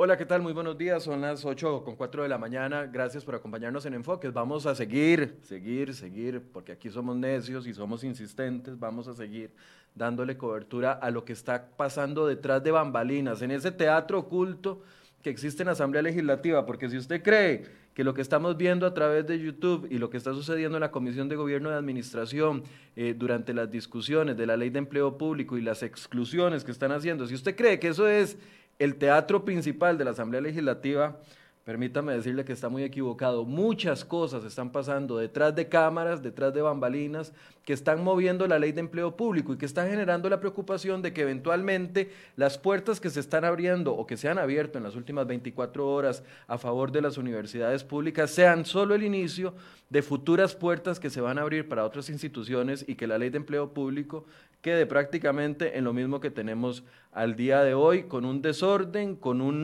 Hola, ¿qué tal? Muy buenos días. Son las 8:04 de la mañana. Gracias por acompañarnos en Enfoques. Vamos a seguir, porque aquí somos necios y somos insistentes. Vamos a seguir dándole cobertura a lo que está pasando detrás de bambalinas, en ese teatro oculto que existe en la Asamblea Legislativa. Porque si usted cree que lo que estamos viendo a través de YouTube y lo que está sucediendo en la Comisión de Gobierno de Administración durante las discusiones de la Ley de Empleo Público y las exclusiones que están haciendo, si usted cree que eso es el teatro principal de la Asamblea Legislativa, permítame decirle que está muy equivocado. Muchas cosas están pasando detrás de cámaras, detrás de bambalinas, que están moviendo la ley de empleo público y que están generando la preocupación de que eventualmente las puertas que se están abriendo o que se han abierto en las últimas 24 horas a favor de las universidades públicas sean solo el inicio de futuras puertas que se van a abrir para otras instituciones y que la ley de empleo público quede prácticamente en lo mismo que tenemos al día de hoy, con un desorden,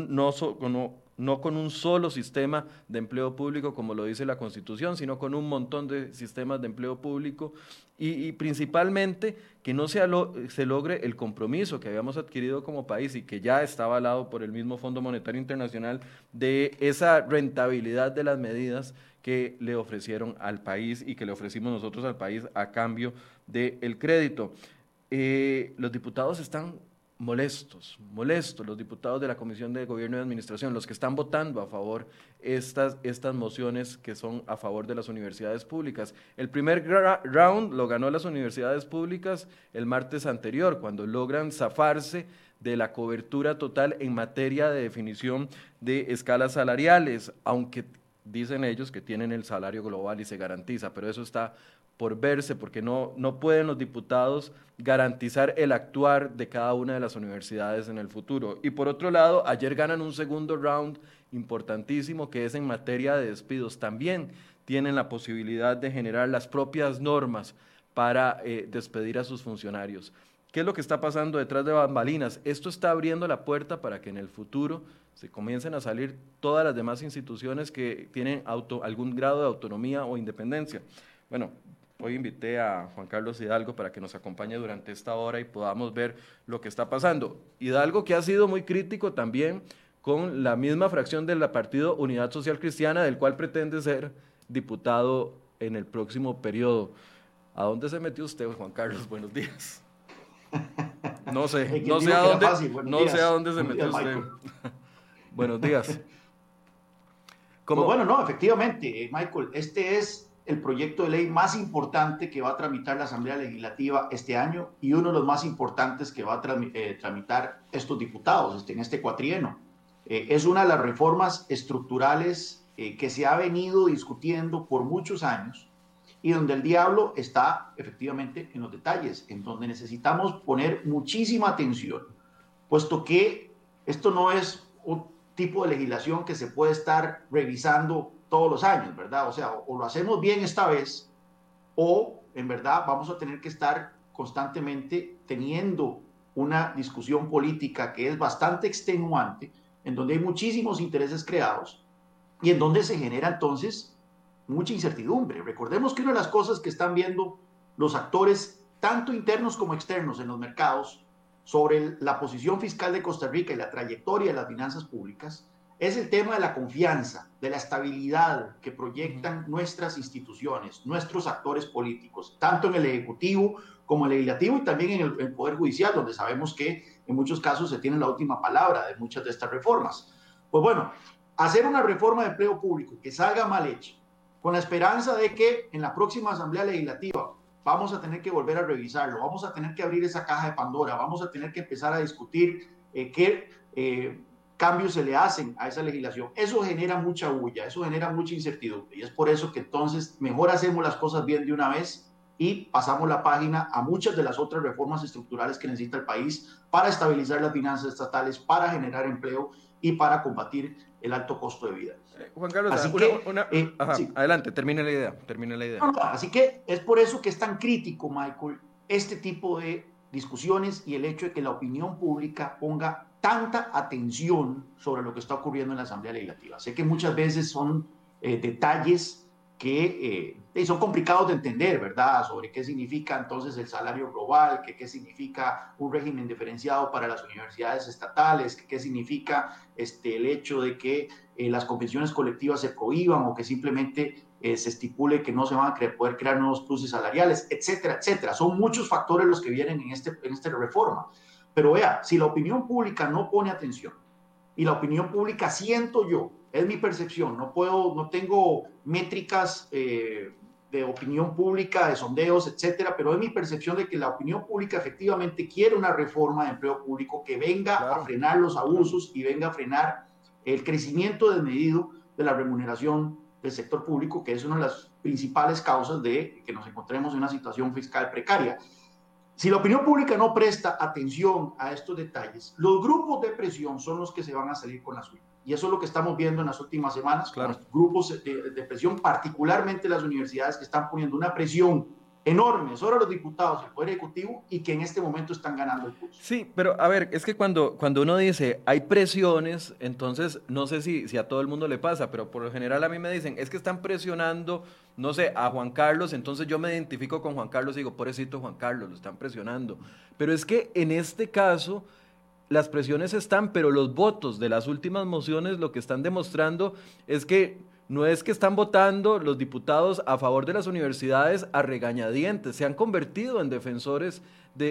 no con un solo sistema de empleo público como lo dice la Constitución, sino con un montón de sistemas de empleo público y principalmente que no se logre el compromiso que habíamos adquirido como país y que ya está avalado por el mismo Fondo Monetario Internacional de esa rentabilidad de las medidas que le ofrecieron al país y que le ofrecimos nosotros al país a cambio del crédito. Los diputados están molestos, los diputados de la Comisión de Gobierno y Administración, los que están votando a favor estas mociones que son a favor de las universidades públicas. El primer round lo ganó las universidades públicas el martes anterior, cuando logran zafarse de la cobertura total en materia de definición de escalas salariales, aunque dicen ellos que tienen el salario global y se garantiza, pero eso está por verse, porque no pueden los diputados garantizar el actuar de cada una de las universidades en el futuro. Y por otro lado, ayer ganan un segundo round importantísimo, que es en materia de despidos. También tienen la posibilidad de generar las propias normas para despedir a sus funcionarios. ¿Qué es lo que está pasando detrás de bambalinas? Esto está abriendo la puerta para que en el futuro se comiencen a salir todas las demás instituciones que tienen algún grado de autonomía o independencia. Bueno, hoy invité a Juan Carlos Hidalgo para que nos acompañe durante esta hora y podamos ver lo que está pasando. Hidalgo, que ha sido muy crítico también con la misma fracción del partido Unidad Social Cristiana, del cual pretende ser diputado en el próximo periodo. ¿A dónde se metió usted, Juan Carlos? Buenos días. No sé, ¿Quién dijo que era fácil? Buenos no sé a días. dónde se Buenos metió días, usted. Michael. Buenos días. Pues ¿Cómo? bueno, no, efectivamente, Michael, este es el proyecto de ley más importante que va a tramitar la Asamblea Legislativa este año y uno de los más importantes que va a tramitar estos diputados en este cuatrienio. Es una de las reformas estructurales que se ha venido discutiendo por muchos años y donde el diablo está efectivamente en los detalles, en donde necesitamos poner muchísima atención, puesto que esto no es un tipo de legislación que se puede estar revisando todos los años, ¿verdad? O sea, o lo hacemos bien esta vez, o en verdad vamos a tener que estar constantemente teniendo una discusión política que es bastante extenuante, en donde hay muchísimos intereses creados y en donde se genera entonces mucha incertidumbre. Recordemos que una de las cosas que están viendo los actores, tanto internos como externos en los mercados, sobre la posición fiscal de Costa Rica y la trayectoria de las finanzas públicas, es el tema de la confianza, de la estabilidad que proyectan nuestras instituciones, nuestros actores políticos, tanto en el Ejecutivo como en el Legislativo y también en el Poder Judicial, donde sabemos que en muchos casos se tiene la última palabra de muchas de estas reformas. Pues bueno, hacer una reforma de empleo público que salga mal hecha, con la esperanza de que en la próxima Asamblea Legislativa vamos a tener que volver a revisarlo, vamos a tener que abrir esa caja de Pandora, vamos a tener que empezar a discutir qué cambios se le hacen a esa legislación. Eso genera mucha bulla, eso genera mucha incertidumbre y es por eso que entonces mejor hacemos las cosas bien de una vez y pasamos la página a muchas de las otras reformas estructurales que necesita el país para estabilizar las finanzas estatales, para generar empleo y para combatir el alto costo de vida. Juan Carlos, Así que, sí. Adelante, termine la idea. No, así que es por eso que es tan crítico, Michael, este tipo de discusiones y el hecho de que la opinión pública ponga tanta atención sobre lo que está ocurriendo en la Asamblea Legislativa. Sé que muchas veces son detalles que son complicados de entender, ¿verdad? Sobre qué significa entonces el salario global, qué significa un régimen diferenciado para las universidades estatales, qué significa el hecho de que las convenciones colectivas se prohíban o que simplemente se estipule que no se van a poder crear nuevos pluses salariales, etcétera, etcétera. Son muchos factores los que vienen en esta reforma. Pero vea, si la opinión pública no pone atención, y la opinión pública, siento yo, es mi percepción, no tengo métricas de opinión pública, de sondeos, etcétera, pero es mi percepción de que la opinión pública efectivamente quiere una reforma de empleo público que venga a frenar los abusos y venga a frenar el crecimiento desmedido de la remuneración del sector público, que es una de las principales causas de que nos encontremos en una situación fiscal precaria. Si la opinión pública no presta atención a estos detalles, los grupos de presión son los que se van a salir con la suya. Y eso es lo que estamos viendo en las últimas semanas, con los grupos de presión, particularmente las universidades que están poniendo una presión enorme sobre los diputados del Poder Ejecutivo y que en este momento están ganando el pulso. Sí, pero a ver, es que cuando uno dice hay presiones, entonces no sé si a todo el mundo le pasa, pero por lo general a mí me dicen, es que están presionando, no sé, a Juan Carlos, entonces yo me identifico con Juan Carlos y digo, pobrecito Juan Carlos, lo están presionando. Pero es que en este caso las presiones están, pero los votos de las últimas mociones lo que están demostrando es que no es que están votando los diputados a favor de las universidades a regañadientes, se han convertido en defensores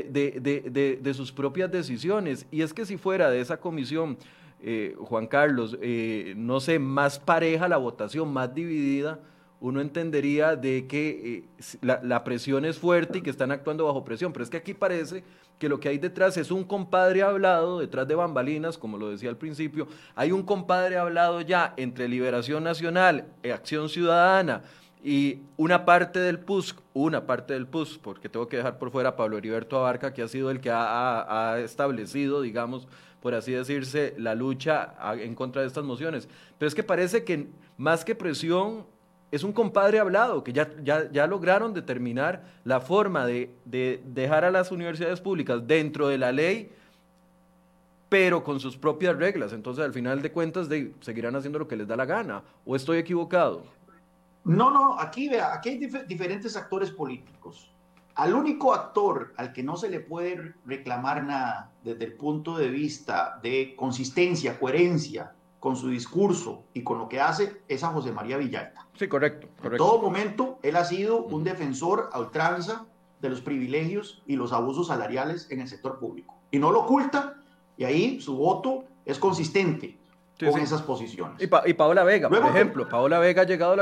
de sus propias decisiones. Y es que si fuera de esa comisión, Juan Carlos, no sé, más pareja la votación, más dividida, uno entendería de que la presión es fuerte y que están actuando bajo presión, pero es que aquí parece que lo que hay detrás es un compadre hablado, detrás de bambalinas, como lo decía al principio, hay un compadre hablado ya entre Liberación Nacional, Acción Ciudadana y una parte del PUSC, porque tengo que dejar por fuera a Pablo Heriberto Abarca, que ha sido el que ha establecido, digamos, por así decirse, la lucha en contra de estas mociones. Pero es que parece que más que presión, es un compadre hablado, que ya lograron determinar la forma de dejar a las universidades públicas dentro de la ley, pero con sus propias reglas. Entonces, al final de cuentas, seguirán haciendo lo que les da la gana. ¿O estoy equivocado? No, aquí hay diferentes actores políticos. Al único actor al que no se le puede reclamar nada desde el punto de vista de consistencia, coherencia con su discurso y con lo que hace es a José María Villalta. Sí, correcto. En todo momento, él ha sido un defensor a ultranza de los privilegios y los abusos salariales en el sector público. Y no lo oculta, y ahí su voto es consistente con esas posiciones. Y Paola Vega, luego, por ejemplo, Paola Vega ha llegado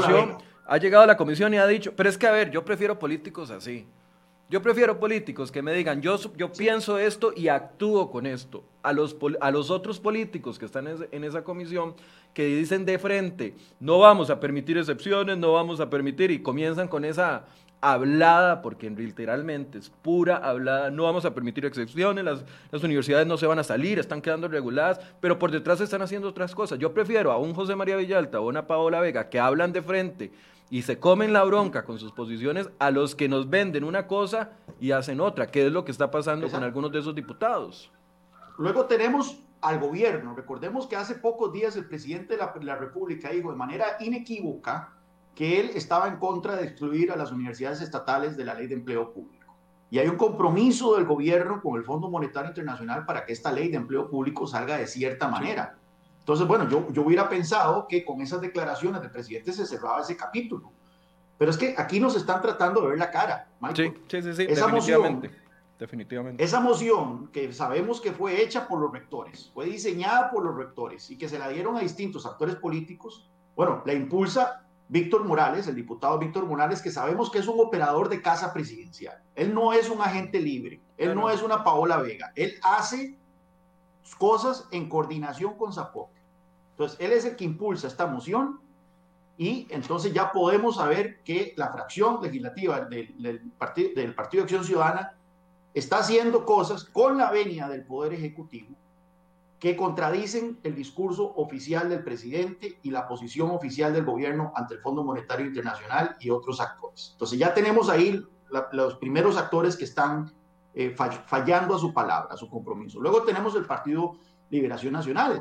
a la comisión y ha dicho, pero es que a ver, yo prefiero políticos así. Yo prefiero políticos que me digan, yo pienso esto y actúo con esto. A los otros políticos que están en esa comisión, que dicen de frente, no vamos a permitir excepciones, no vamos a permitir, y comienzan con esa hablada, porque literalmente es pura hablada, no vamos a permitir excepciones, las universidades no se van a salir, están quedando reguladas, pero por detrás están haciendo otras cosas. Yo prefiero a un José María Villalta o una Paola Vega que hablan de frente y se comen la bronca con sus posiciones a los que nos venden una cosa y hacen otra, que es lo que está pasando con algunos de esos diputados. Luego tenemos al gobierno. Recordemos que hace pocos días el presidente de la República dijo de manera inequívoca que él estaba en contra de excluir a las universidades estatales de la ley de empleo público. Y hay un compromiso del gobierno con el Fondo Monetario Internacional para que esta ley de empleo público salga de cierta manera. Entonces, bueno, yo hubiera pensado que con esas declaraciones del presidente se cerraba ese capítulo. Pero es que aquí nos están tratando de ver la cara, Michael. Sí, esa definitivamente. Esa moción que sabemos que fue hecha por los rectores, fue diseñada por los rectores y que se la dieron a distintos actores políticos, bueno, la impulsa Víctor Morales, el diputado Víctor Morales, que sabemos que es un operador de casa presidencial. Él no es un agente libre, él no es una Paola Vega, él hace cosas en coordinación con Zapote. Entonces, él es el que impulsa esta moción y entonces ya podemos saber que la fracción legislativa del Partido de Acción Ciudadana está haciendo cosas con la venia del Poder Ejecutivo que contradicen el discurso oficial del presidente y la posición oficial del gobierno ante el Fondo Monetario Internacional y otros actores. Entonces ya tenemos ahí los primeros actores que están fallando a su palabra, a su compromiso. Luego tenemos el Partido Liberación Nacional.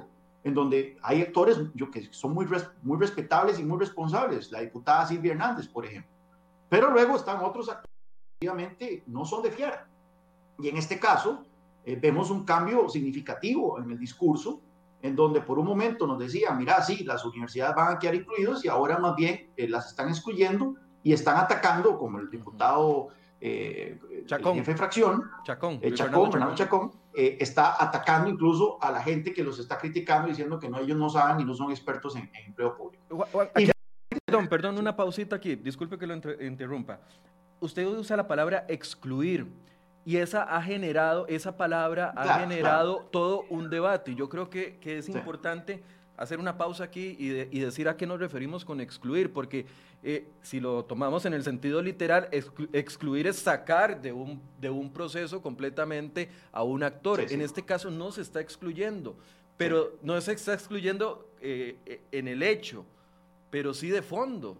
en donde hay actores que son muy respetables y muy responsables, la diputada Silvia Hernández, por ejemplo. Pero luego están otros actores que obviamente no son de fiar. Y en este caso vemos un cambio significativo en el discurso, en donde por un momento nos decían, mira, sí, las universidades van a quedar incluidas y ahora más bien las están excluyendo y están atacando, como el diputado Chacón. el jefe de fracción, Fernando Chacón, está atacando incluso a la gente que los está criticando, diciendo que no, ellos no saben y no son expertos en empleo público. Aquí, perdón, una pausita aquí, disculpe que lo interrumpa. Usted usa la palabra excluir y esa palabra ha generado todo un debate, y yo creo que es importante hacer una pausa aquí y decir a qué nos referimos con excluir, porque si lo tomamos en el sentido literal, excluir es sacar de un proceso completamente a un actor. En este caso no se está excluyendo, pero no se está excluyendo en el hecho, pero sí de fondo,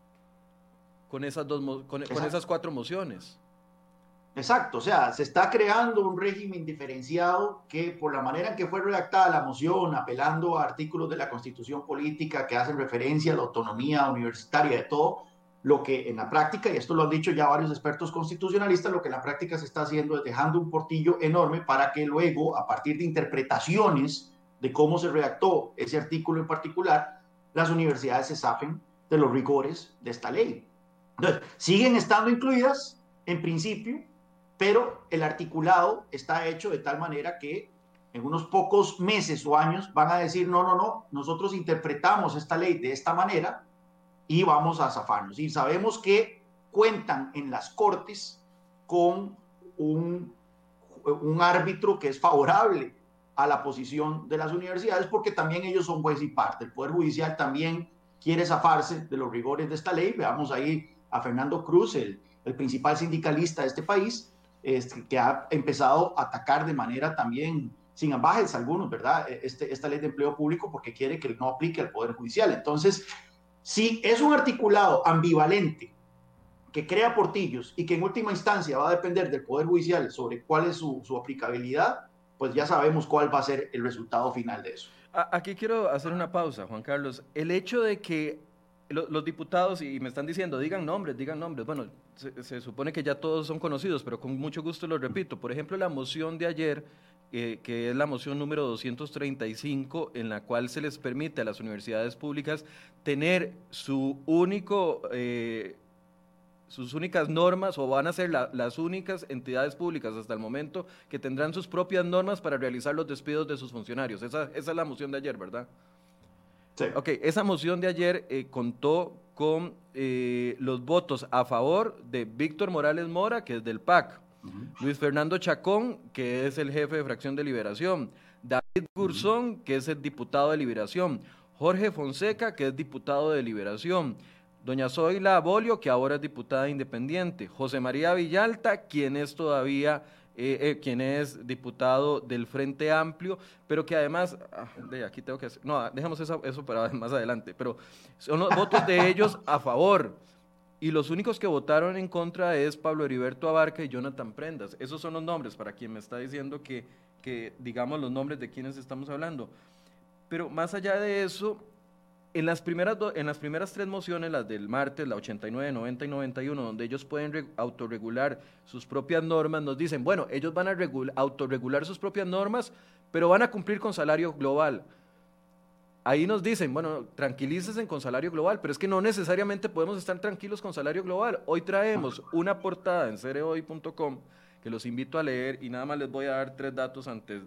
con esas 4 mociones. Exacto, o sea, se está creando un régimen diferenciado que por la manera en que fue redactada la moción, apelando a artículos de la Constitución Política que hacen referencia a la autonomía universitaria de todo, lo que en la práctica, y esto lo han dicho ya varios expertos constitucionalistas, lo que en la práctica se está haciendo es dejando un portillo enorme para que luego, a partir de interpretaciones de cómo se redactó ese artículo en particular, las universidades se zafen de los rigores de esta ley. Entonces, siguen estando incluidas en principio, pero el articulado está hecho de tal manera que en unos pocos meses o años van a decir, no, nosotros interpretamos esta ley de esta manera y vamos a zafarnos. Y sabemos que cuentan en las cortes con un árbitro que es favorable a la posición de las universidades, porque también ellos son juez y parte. El Poder Judicial también quiere zafarse de los rigores de esta ley. Veamos ahí a Fernando Cruz, el principal sindicalista de este país, que ha empezado a atacar de manera también sin ambajes algunos, ¿verdad? Esta ley de empleo público porque quiere que no aplique al Poder Judicial. Entonces, si es un articulado ambivalente que crea portillos y que en última instancia va a depender del Poder Judicial sobre cuál es su aplicabilidad, pues ya sabemos cuál va a ser el resultado final de eso. Aquí quiero hacer una pausa, Juan Carlos. El hecho de que los diputados, y me están diciendo, digan nombres, bueno, se supone que ya todos son conocidos, pero con mucho gusto lo repito. Por ejemplo, la moción de ayer, que es la moción número 235, en la cual se les permite a las universidades públicas tener sus únicas normas, o van a ser las únicas entidades públicas hasta el momento que tendrán sus propias normas para realizar los despidos de sus funcionarios. Esa es la moción de ayer, ¿verdad? Sí. Ok, esa moción de ayer contó con los votos a favor de Víctor Morales Mora, que es del PAC, Luis Fernando Chacón, que es el jefe de fracción de Liberación, David Gurzón, que es el diputado de Liberación, Jorge Fonseca, que es diputado de Liberación, doña Zoila Bolio, que ahora es diputada independiente, José María Villalta, quien es todavía quien es diputado del Frente Amplio, pero que además, aquí tengo que hacer, no, dejemos eso para más adelante, pero son los votos de ellos a favor, y los únicos que votaron en contra es Pablo Heriberto Abarca y Jonathan Prendas. Esos son los nombres, para quien me está diciendo que digamos los nombres de quienes estamos hablando. Pero más allá de eso, en las primeras 3 mociones, las del martes, la 89, 90 y 91, donde ellos pueden autorregular sus propias normas, nos dicen, bueno, ellos van a autorregular sus propias normas, pero van a cumplir con salario global. Ahí nos dicen, bueno, tranquilícense con salario global, pero es que no necesariamente podemos estar tranquilos con salario global. Hoy traemos una portada en cerehoy.com que los invito a leer, y nada más les voy a dar 3 datos antes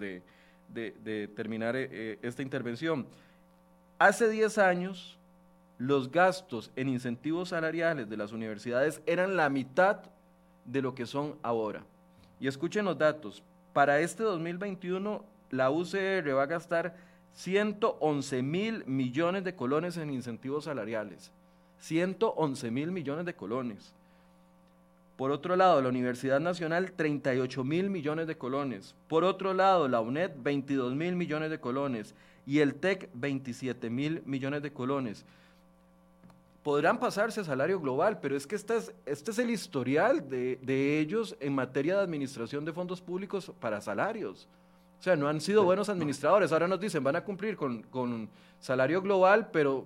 de terminar esta intervención. Hace 10 años, los gastos en incentivos salariales de las universidades eran la mitad de lo que son ahora. Y escuchen los datos. Para este 2021, la UCR va a gastar 111.000 millones de colones en incentivos salariales. 111.000 millones de colones. Por otro lado, la Universidad Nacional, 38.000 millones de colones. Por otro lado, la UNED, 22.000 millones de colones. Y el TEC, 27.000 millones de colones. Podrán pasarse a salario global, pero es que este es el historial de ellos en materia de administración de fondos públicos para salarios. O sea, no han sido buenos administradores. Ahora nos dicen, van a cumplir con salario global, pero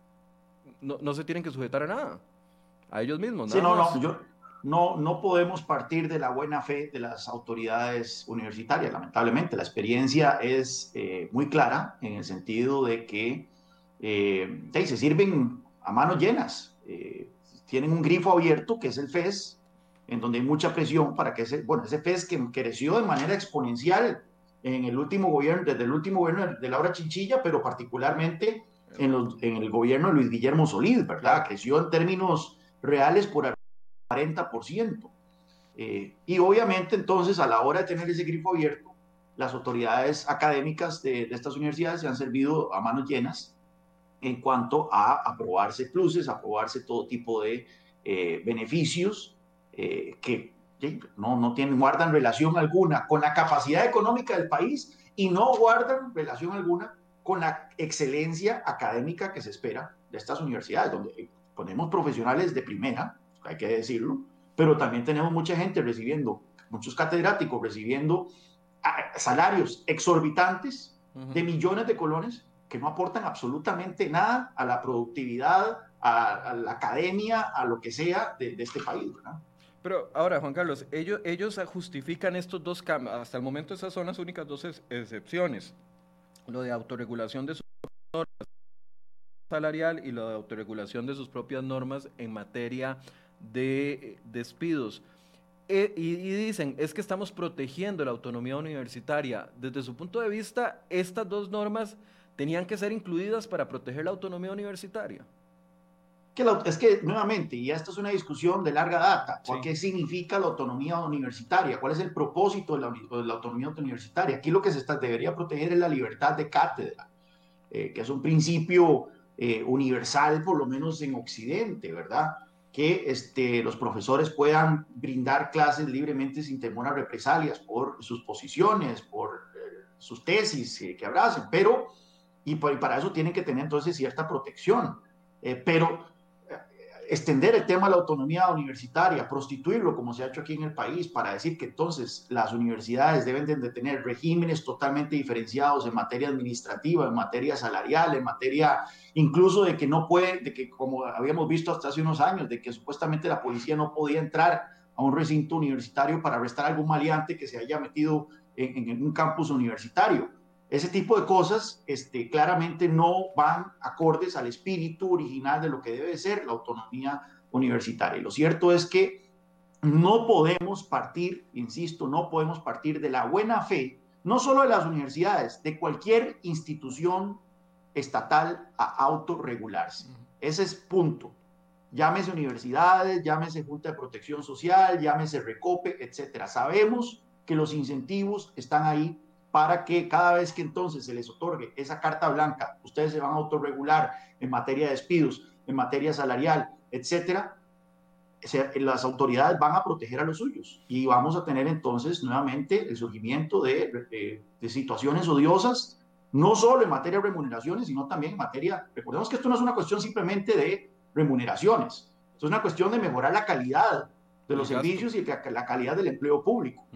no se tienen que sujetar a nada, a ellos mismos, Sí, nada más. no podemos partir de la buena fe de las autoridades universitarias, lamentablemente. La experiencia es muy clara en el sentido de que se sirven a manos llenas. Tienen un grifo abierto, que es el FES, en donde hay mucha presión para que ese FES que creció de manera exponencial en el último gobierno, desde el último gobierno de Laura Chinchilla, pero particularmente en el gobierno de Luis Guillermo Solís, ¿verdad? Creció en términos reales por 40%. Y obviamente entonces a la hora de tener ese grifo abierto, las autoridades académicas de estas universidades se han servido a manos llenas en cuanto a aprobarse pluses, aprobarse todo tipo de beneficios que no guardan relación alguna con la capacidad económica del país y no guardan relación alguna con la excelencia académica que se espera de estas universidades, donde ponemos profesionales de primera, hay que decirlo, pero también tenemos mucha gente recibiendo, muchos catedráticos recibiendo salarios exorbitantes de millones de colones que no aportan absolutamente nada a la productividad, a la academia, a lo que sea de este país, ¿verdad? Pero ahora, Juan Carlos, ellos justifican estos dos cambios. Hasta el momento esas son las únicas dos excepciones. Lo de autorregulación de sus normas salarial y lo de autorregulación de sus propias normas en materia de despidos. Y dicen, es que estamos protegiendo la autonomía universitaria. Desde su punto de vista, estas dos normas tenían que ser incluidas para proteger la autonomía universitaria. Es que, nuevamente, y esta es una discusión de larga data, Sí. ¿qué significa la autonomía universitaria? ¿Cuál es el propósito de la autonomía universitaria? Aquí lo que debería proteger es la libertad de cátedra, que es un principio universal, por lo menos en Occidente, ¿verdad? Que los profesores puedan brindar clases libremente sin temor a represalias por sus posiciones, por sus tesis que abracen, pero, y para eso tienen que tener entonces cierta protección, pero extender el tema de la autonomía universitaria, prostituirlo como se ha hecho aquí en el país para decir que entonces las universidades deben de tener regímenes totalmente diferenciados en materia administrativa, en materia salarial, en materia incluso de que no puede, de que como habíamos visto hasta hace unos años, de que supuestamente la policía no podía entrar a un recinto universitario para arrestar a algún maleante que se haya metido en un campus universitario. Ese tipo de cosas claramente no van acordes al espíritu original de lo que debe ser la autonomía universitaria. Y lo cierto es que no podemos partir, insisto, no podemos partir de la buena fe, no solo de las universidades, de cualquier institución estatal a autorregularse. Ese es punto. Llámese universidades, llámese Junta de Protección Social, llámese Recope, etcétera. Sabemos que los incentivos están ahí para que cada vez que entonces se les otorgue esa carta blanca, ustedes se van a autorregular en materia de despidos, en materia salarial, etcétera, las autoridades van a proteger a los suyos y vamos a tener entonces nuevamente el surgimiento de situaciones odiosas, no solo en materia de remuneraciones, sino también en materia, recordemos que esto no es una cuestión simplemente de remuneraciones, esto es una cuestión de mejorar la calidad de los servicios y la calidad del empleo público.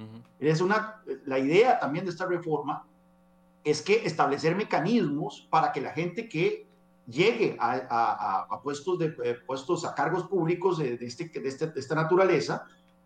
La idea también de esta reforma es que establecer mecanismos para que la gente que llegue a puestos a cargos públicos de esta naturaleza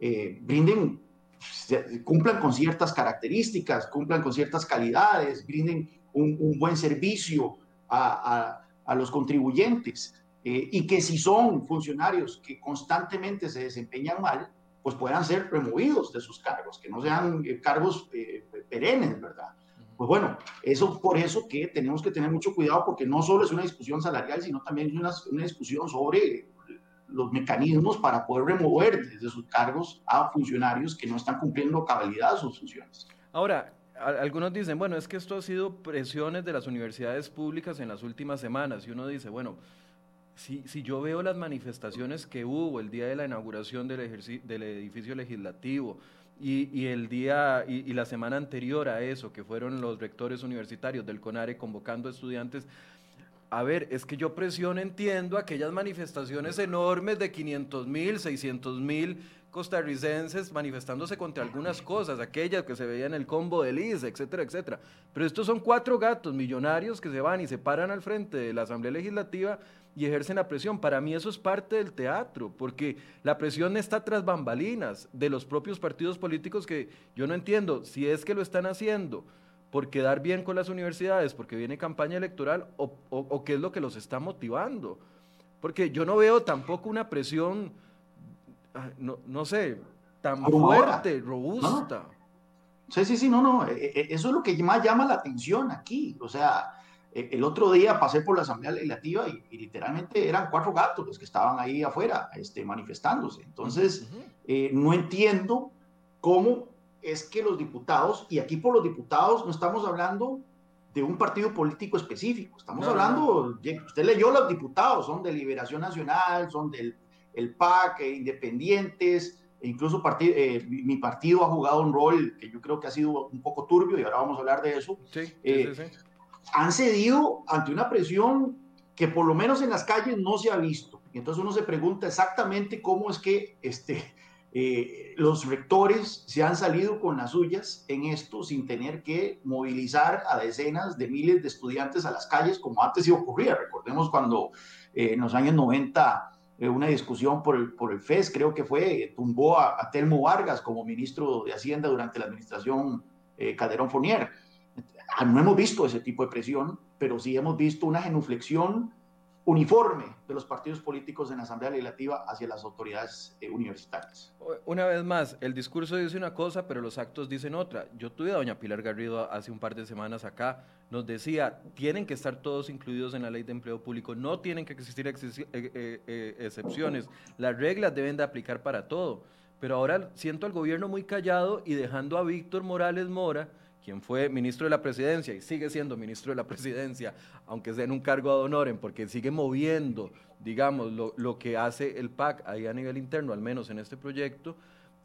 cumplan con ciertas características, cumplan con ciertas calidades, brinden un buen servicio a los contribuyentes. Y que si son funcionarios que constantemente se desempeñan mal, pues puedan ser removidos de sus cargos, que no sean cargos perennes, ¿verdad? Pues bueno, por eso que tenemos que tener mucho cuidado, porque no solo es una discusión salarial, sino también es una discusión sobre los mecanismos para poder remover desde sus cargos a funcionarios que no están cumpliendo cabalidad sus funciones. Ahora, algunos dicen, bueno, es que esto ha sido presiones de las universidades públicas en las últimas semanas, y uno dice, bueno, si yo veo las manifestaciones que hubo el día de la inauguración del edificio legislativo y el día y la semana anterior a eso, que fueron los rectores universitarios del CONARE convocando a estudiantes, a ver, es que yo entiendo aquellas manifestaciones enormes de 500,000, 600,000 costarricenses manifestándose contra algunas cosas, aquellas que se veían en el combo del ICE, etcétera, etcétera. Pero estos son 4 gatos millonarios que se van y se paran al frente de la Asamblea Legislativa y ejercen la presión. Para mí eso es parte del teatro, porque la presión está tras bambalinas de los propios partidos políticos, que yo no entiendo si es que lo están haciendo por quedar bien con las universidades, porque viene campaña electoral, o qué es lo que los está motivando. Porque yo no veo tampoco una presión, no sé, tan fuerte, robusta. No. Sí, no. Eso es lo que más llama la atención aquí. O sea, el otro día pasé por la Asamblea Legislativa y literalmente eran 4 gatos los que estaban ahí afuera manifestándose. Entonces, no entiendo cómo es que los diputados, y aquí por los diputados no estamos hablando de un partido político específico, estamos hablando, usted leyó los diputados, son de Liberación Nacional, son del PAC, independientes, e incluso mi partido ha jugado un rol que yo creo que ha sido un poco turbio, y ahora vamos a hablar de eso. Sí. Han cedido ante una presión que por lo menos en las calles no se ha visto, y entonces uno se pregunta exactamente cómo es que los rectores se han salido con las suyas en esto sin tener que movilizar a decenas de miles de estudiantes a las calles como antes sí ocurría. Recordemos cuando en los años 90 una discusión por el FES, creo que tumbó a Telmo Vargas como ministro de Hacienda durante la administración Calderón Fournier. No hemos visto ese tipo de presión, pero sí hemos visto una genuflexión uniforme de los partidos políticos en la Asamblea Legislativa hacia las autoridades universitarias. Una vez más, el discurso dice una cosa, pero los actos dicen otra. Yo tuve a doña Pilar Garrido hace un par de semanas acá, nos decía, tienen que estar todos incluidos en la ley de empleo público, no tienen que existir excepciones, las reglas deben de aplicar para todo. Pero ahora siento al gobierno muy callado y dejando a Víctor Morales Mora, quien fue ministro de la presidencia y sigue siendo ministro de la presidencia, aunque sea en un cargo ad honorem, porque sigue moviendo, digamos, lo que hace el PAC ahí a nivel interno, al menos en este proyecto,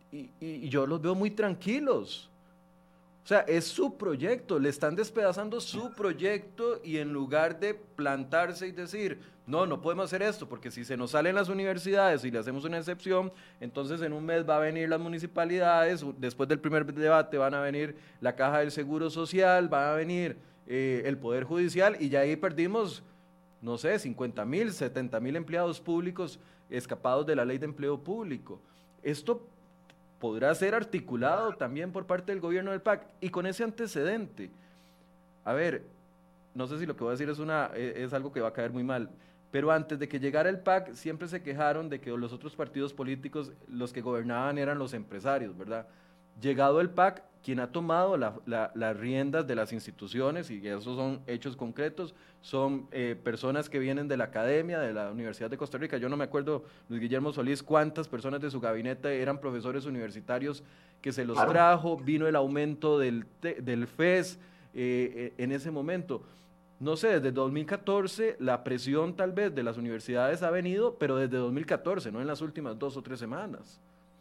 y yo los veo muy tranquilos. O sea, es su proyecto, le están despedazando su proyecto, y en lugar de plantarse y decir, no podemos hacer esto, porque si se nos salen las universidades y le hacemos una excepción, entonces en un mes va a venir las municipalidades, después del primer debate van a venir la Caja del Seguro Social, va a venir el Poder Judicial, y ya ahí perdimos, no sé, 50,000, 70,000 empleados públicos escapados de la ley de empleo público. Esto podrá ser articulado también por parte del gobierno del PAC, y con ese antecedente. A ver, no sé si lo que voy a decir es algo que va a caer muy mal, pero antes de que llegara el PAC siempre se quejaron de que los otros partidos políticos, los que gobernaban eran los empresarios, ¿verdad? Llegado el PAC, quien ha tomado las riendas de las instituciones, y esos son hechos concretos, son personas que vienen de la academia, de la Universidad de Costa Rica. Yo no me acuerdo, Luis Guillermo Solís, cuántas personas de su gabinete eran profesores universitarios que se los trajo, vino el aumento del FES en ese momento. No sé, desde 2014 la presión tal vez de las universidades ha venido, pero desde 2014, no en las últimas 2 o 3 semanas.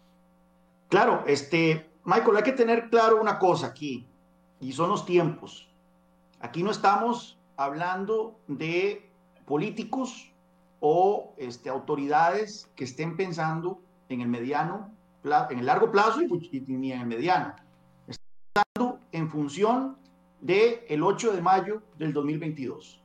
Claro, Michael, hay que tener claro una cosa aquí, y son los tiempos. Aquí no estamos hablando de políticos o autoridades que estén pensando en el en el largo plazo ni en el mediano. Estamos hablando en función del 8 de mayo del 2022.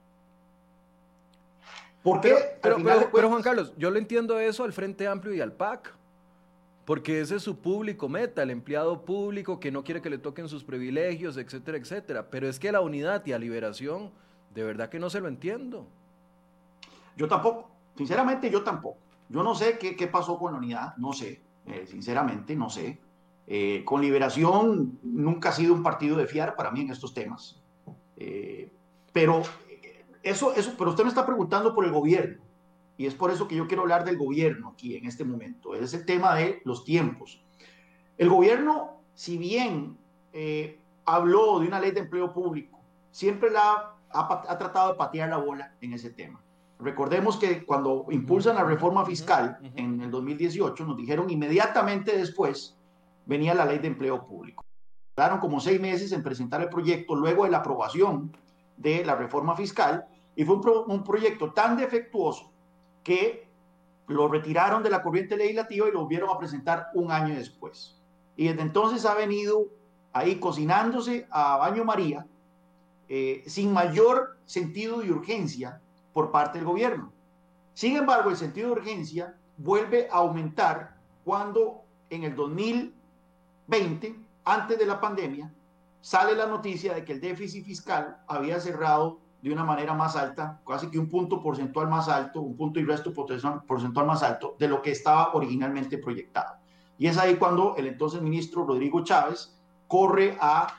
¿Por qué? Pero Juan Carlos, yo le entiendo eso al Frente Amplio y al PAC. Porque ese es su público meta, el empleado público que no quiere que le toquen sus privilegios, etcétera, etcétera. Pero es que a la Unidad y a Liberación, de verdad que no se lo entiendo. Yo tampoco, sinceramente yo tampoco. Yo no sé qué pasó con la Unidad, no sé, sinceramente no sé. Con Liberación nunca ha sido un partido de fiar para mí en estos temas. Pero usted me está preguntando por el gobierno. Y es por eso que yo quiero hablar del gobierno aquí en este momento. Es el tema de los tiempos. El gobierno, si bien habló de una ley de empleo público, siempre ha tratado de patear la bola en ese tema. Recordemos que cuando impulsan la reforma fiscal en el 2018, nos dijeron inmediatamente después venía la ley de empleo público. Tardaron como 6 meses en presentar el proyecto luego de la aprobación de la reforma fiscal, y fue un proyecto tan defectuoso que lo retiraron de la corriente legislativa y lo volvieron a presentar un año después. Y desde entonces ha venido ahí cocinándose a baño María, sin mayor sentido de urgencia por parte del gobierno. Sin embargo, el sentido de urgencia vuelve a aumentar cuando en el 2020, antes de la pandemia, sale la noticia de que el déficit fiscal había cerrado de una manera más alta, casi que un punto porcentual más alto, un punto y resto porcentual más alto de lo que estaba originalmente proyectado. Y es ahí cuando el entonces ministro Rodrigo Chávez corre a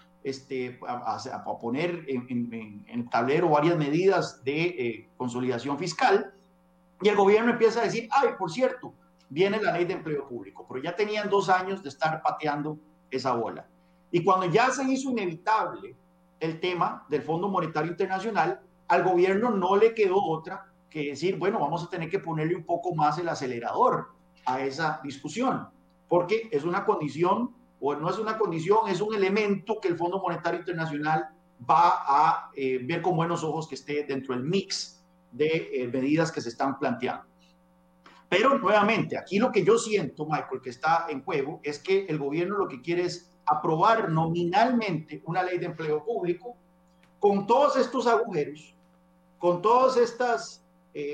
poner en el tablero varias medidas de consolidación fiscal, y el gobierno empieza a decir, ay, por cierto, viene la ley de empleo público, pero ya tenían 2 años de estar pateando esa bola. Y cuando ya se hizo inevitable el tema del Fondo Monetario Internacional, al gobierno no le quedó otra que decir, bueno, vamos a tener que ponerle un poco más el acelerador a esa discusión, porque es una condición, o no es una condición, es un elemento que el Fondo Monetario Internacional va a ver con buenos ojos que esté dentro del mix de medidas que se están planteando. Pero nuevamente, aquí lo que yo siento, Michael, que está en juego, es que el gobierno lo que quiere es aprobar nominalmente una ley de empleo público con todos estos agujeros, con todas estas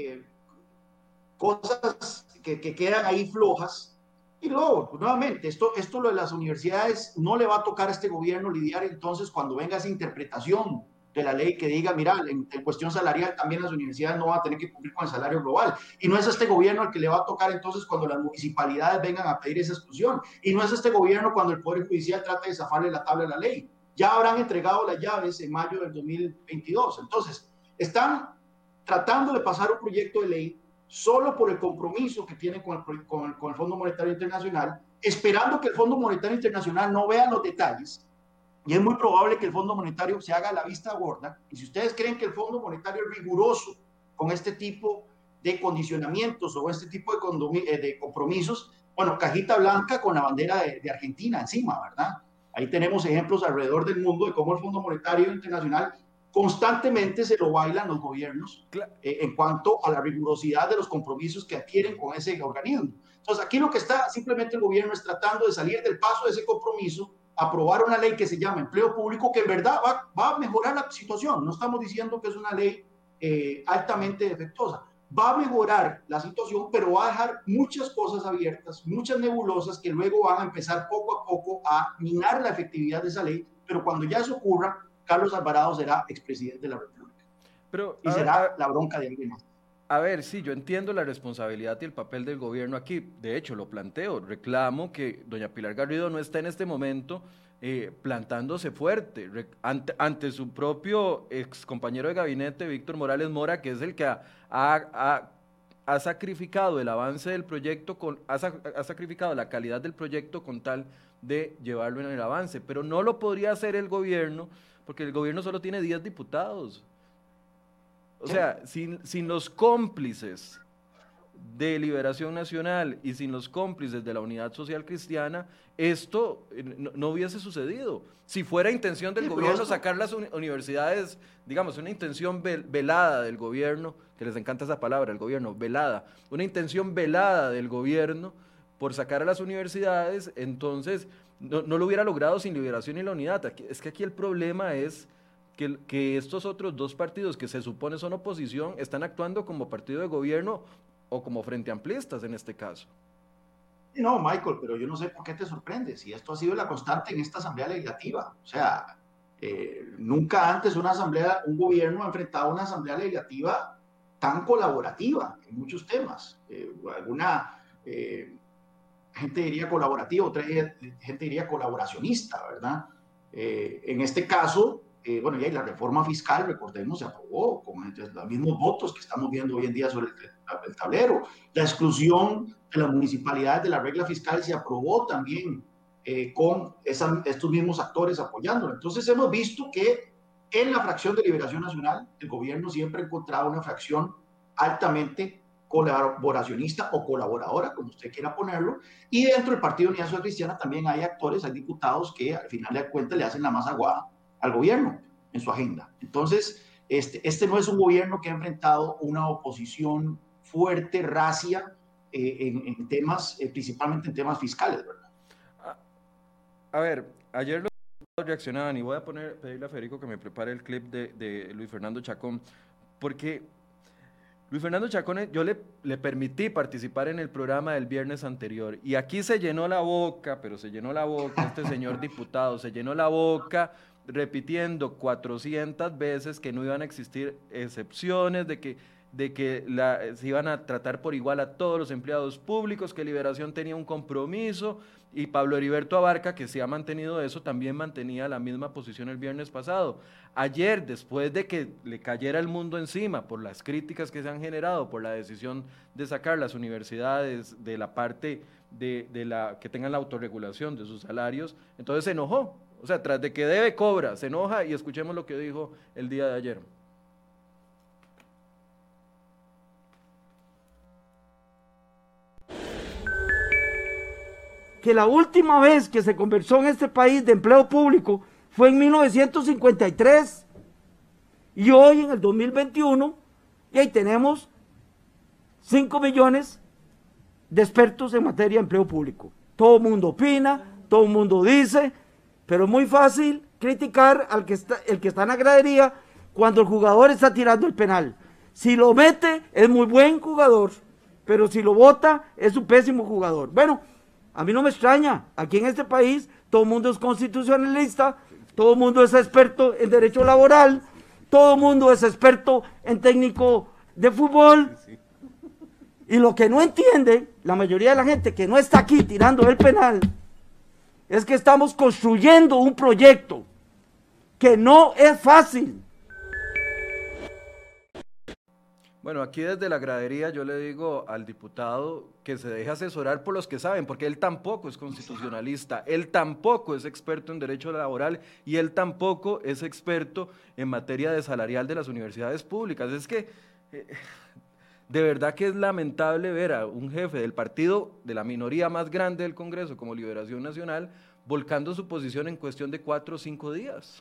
cosas que quedan ahí flojas. Y luego, nuevamente, esto lo de las universidades no le va a tocar a este gobierno lidiar entonces cuando venga esa interpretación de la ley que diga, mira, en cuestión salarial también las universidades no van a tener que cumplir con el salario global. Y no es a este gobierno el que le va a tocar entonces cuando las municipalidades vengan a pedir esa exclusión. Y no es a este gobierno cuando el Poder Judicial trate de zafarle la tabla de la ley. Ya habrán entregado las llaves en mayo del 2022. Entonces, están tratando de pasar un proyecto de ley solo por el compromiso que tienen con el Fondo Monetario Internacional, esperando que el Fondo Monetario Internacional no vea los detalles. Y es muy probable que el Fondo Monetario se haga la vista gorda. Y si ustedes creen que el Fondo Monetario es riguroso con este tipo de condicionamientos o este tipo de compromisos, bueno, cajita blanca con la bandera de Argentina encima, ¿verdad? Ahí tenemos ejemplos alrededor del mundo de cómo el Fondo Monetario Internacional constantemente se lo bailan los gobiernos en cuanto a la rigurosidad de los compromisos que adquieren con ese organismo. Entonces, aquí lo que está simplemente el gobierno es tratando de salir del paso de ese compromiso, aprobar una ley que se llama empleo público, que en verdad va a mejorar la situación. No estamos diciendo que es una ley altamente defectuosa. Va a mejorar la situación, pero va a dejar muchas cosas abiertas, muchas nebulosas que luego van a empezar poco a poco a minar la efectividad de esa ley, pero cuando ya eso ocurra, Carlos Alvarado será expresidente de la República. Y será la bronca de alguien más. A ver, sí, yo entiendo la responsabilidad y el papel del gobierno aquí. De hecho, lo planteo, reclamo que doña Pilar Garrido no está en este momento plantándose fuerte ante su propio ex compañero de gabinete, Víctor Morales Mora, que es el que ha sacrificado el avance del proyecto, ha sacrificado la calidad del proyecto con tal de llevarlo en el avance. Pero no lo podría hacer el gobierno, porque el gobierno solo tiene 10 diputados. O sea, sin los cómplices de Liberación Nacional y sin los cómplices de la Unidad Social Cristiana, esto no hubiese sucedido. Si fuera intención del gobierno sacar las universidades, digamos, una intención velada del gobierno, que les encanta esa palabra, el gobierno, velada, una intención velada del gobierno por sacar a las universidades, entonces no lo hubiera logrado sin Liberación y la Unidad. Es que aquí el problema es que estos otros dos partidos que se supone son oposición están actuando como partido de gobierno o como frente amplistas en este caso. No, Michael, pero yo no sé por qué te sorprende, si esto ha sido la constante en esta Asamblea Legislativa. O sea, nunca antes un gobierno ha enfrentado una Asamblea Legislativa tan colaborativa en muchos temas. Alguna gente diría colaborativa, otra gente diría colaboracionista, ¿verdad? En este caso, bueno, ya la reforma fiscal, recordemos, se aprobó con los mismos votos que estamos viendo hoy en día sobre el tablero. La exclusión de las municipalidades de la regla fiscal se aprobó también con estos mismos actores apoyándolo. Entonces hemos visto que en la fracción de Liberación Nacional, el gobierno siempre ha encontrado una fracción altamente colaboracionista o colaboradora, como usted quiera ponerlo, y dentro del Partido Unidad Social Cristiana también hay actores, hay diputados que al final de cuentas le hacen la más aguada al gobierno en su agenda. Entonces, este no es un gobierno que ha enfrentado una oposición fuerte, racia, en temas, principalmente en temas fiscales, ¿verdad? A ver, ayer los diputados reaccionaban y voy a pedirle a Federico que me prepare el clip de Luis Fernando Chacón, porque Luis Fernando Chacón, yo le permití participar en el programa del viernes anterior y aquí se llenó la boca, pero se llenó la boca, este señor diputado se llenó la boca repitiendo 400 veces que no iban a existir excepciones, de que se iban a tratar por igual a todos los empleados públicos, que Liberación tenía un compromiso, y Pablo Heriberto Abarca, que se ha mantenido eso, también mantenía la misma posición el viernes pasado. Ayer, después de que le cayera el mundo encima por las críticas que se han generado, por la decisión de sacar las universidades de la parte que tengan la autorregulación de sus salarios, entonces se enojó. O sea, tras de que debe, cobra, se enoja, y escuchemos lo que dijo el día de ayer. Que la última vez que se conversó en este país de empleo público fue en 1953 y hoy en el 2021 y ahí tenemos 5 millones de expertos en materia de empleo público. Todo el mundo opina, todo el mundo dice, pero es muy fácil criticar al que está en la gradería cuando el jugador está tirando el penal. Si lo mete es muy buen jugador, pero si lo bota es un pésimo jugador. Bueno, a mí no me extraña, aquí en este país todo el mundo es constitucionalista, todo el mundo es experto en derecho laboral, todo el mundo es experto en técnico de fútbol, y lo que no entiende la mayoría de la gente que no está aquí tirando el penal es que estamos construyendo un proyecto que no es fácil. Bueno, aquí desde la gradería yo le digo al diputado que se deje asesorar por los que saben, porque él tampoco es constitucionalista, él tampoco es experto en derecho laboral y él tampoco es experto en materia de salarial de las universidades públicas. Es que de verdad que es lamentable ver a un jefe del partido de la minoría más grande del Congreso como Liberación Nacional volcando su posición en cuestión de 4 o 5 días.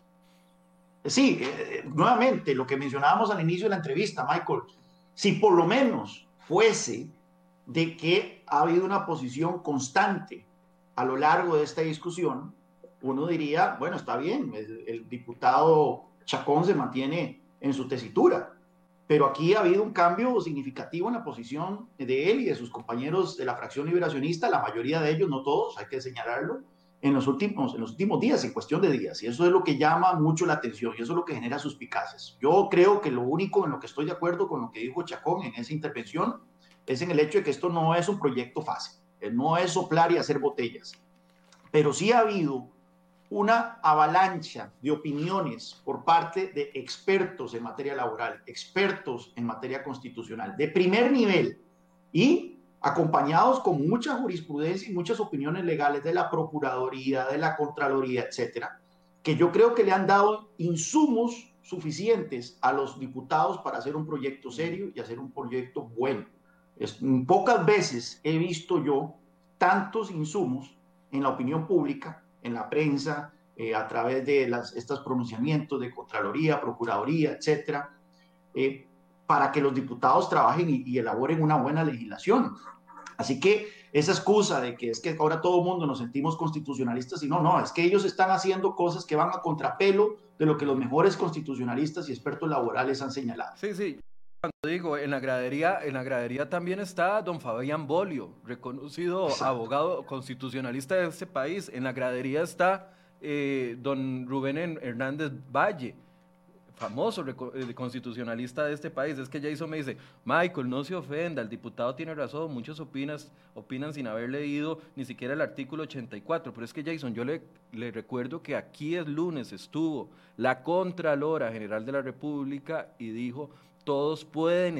Sí, nuevamente, lo que mencionábamos al inicio de la entrevista, Michael, si por lo menos fuese de que ha habido una posición constante a lo largo de esta discusión, uno diría, bueno, está bien, el diputado Chacón se mantiene en su tesitura, pero aquí ha habido un cambio significativo en la posición de él y de sus compañeros de la fracción liberacionista, la mayoría de ellos, no todos, hay que señalarlo, en los últimos días, en cuestión de días, y eso es lo que llama mucho la atención, y eso es lo que genera suspicacias. Yo creo que lo único en lo que estoy de acuerdo con lo que dijo Chacón en esa intervención es en el hecho de que esto no es un proyecto fácil, no es soplar y hacer botellas, pero sí ha habido una avalancha de opiniones por parte de expertos en materia laboral, expertos en materia constitucional, de primer nivel, y acompañados con mucha jurisprudencia y muchas opiniones legales de la Procuraduría, de la Contraloría, etcétera, que yo creo que le han dado insumos suficientes a los diputados para hacer un proyecto serio y hacer un proyecto bueno. Pocas veces he visto yo tantos insumos en la opinión pública, en la prensa, a través de estos pronunciamientos de Contraloría, Procuraduría, etcétera, para que los diputados trabajen y elaboren una buena legislación. Así que esa excusa de que es que ahora todo el mundo nos sentimos constitucionalistas, y no, es que ellos están haciendo cosas que van a contrapelo de lo que los mejores constitucionalistas y expertos laborales han señalado. Sí. Cuando digo, en la gradería también está don Fabián Bolio, reconocido abogado constitucionalista de este país. En la gradería está don Rubén Hernández Valle, famoso constitucionalista de este país. Es que Jason me dice, Michael, no se ofenda, el diputado tiene razón, muchos opinan sin haber leído ni siquiera el artículo 84, pero es que Jason, yo le recuerdo que aquí el lunes estuvo la Contralora General de la República y dijo, todos pueden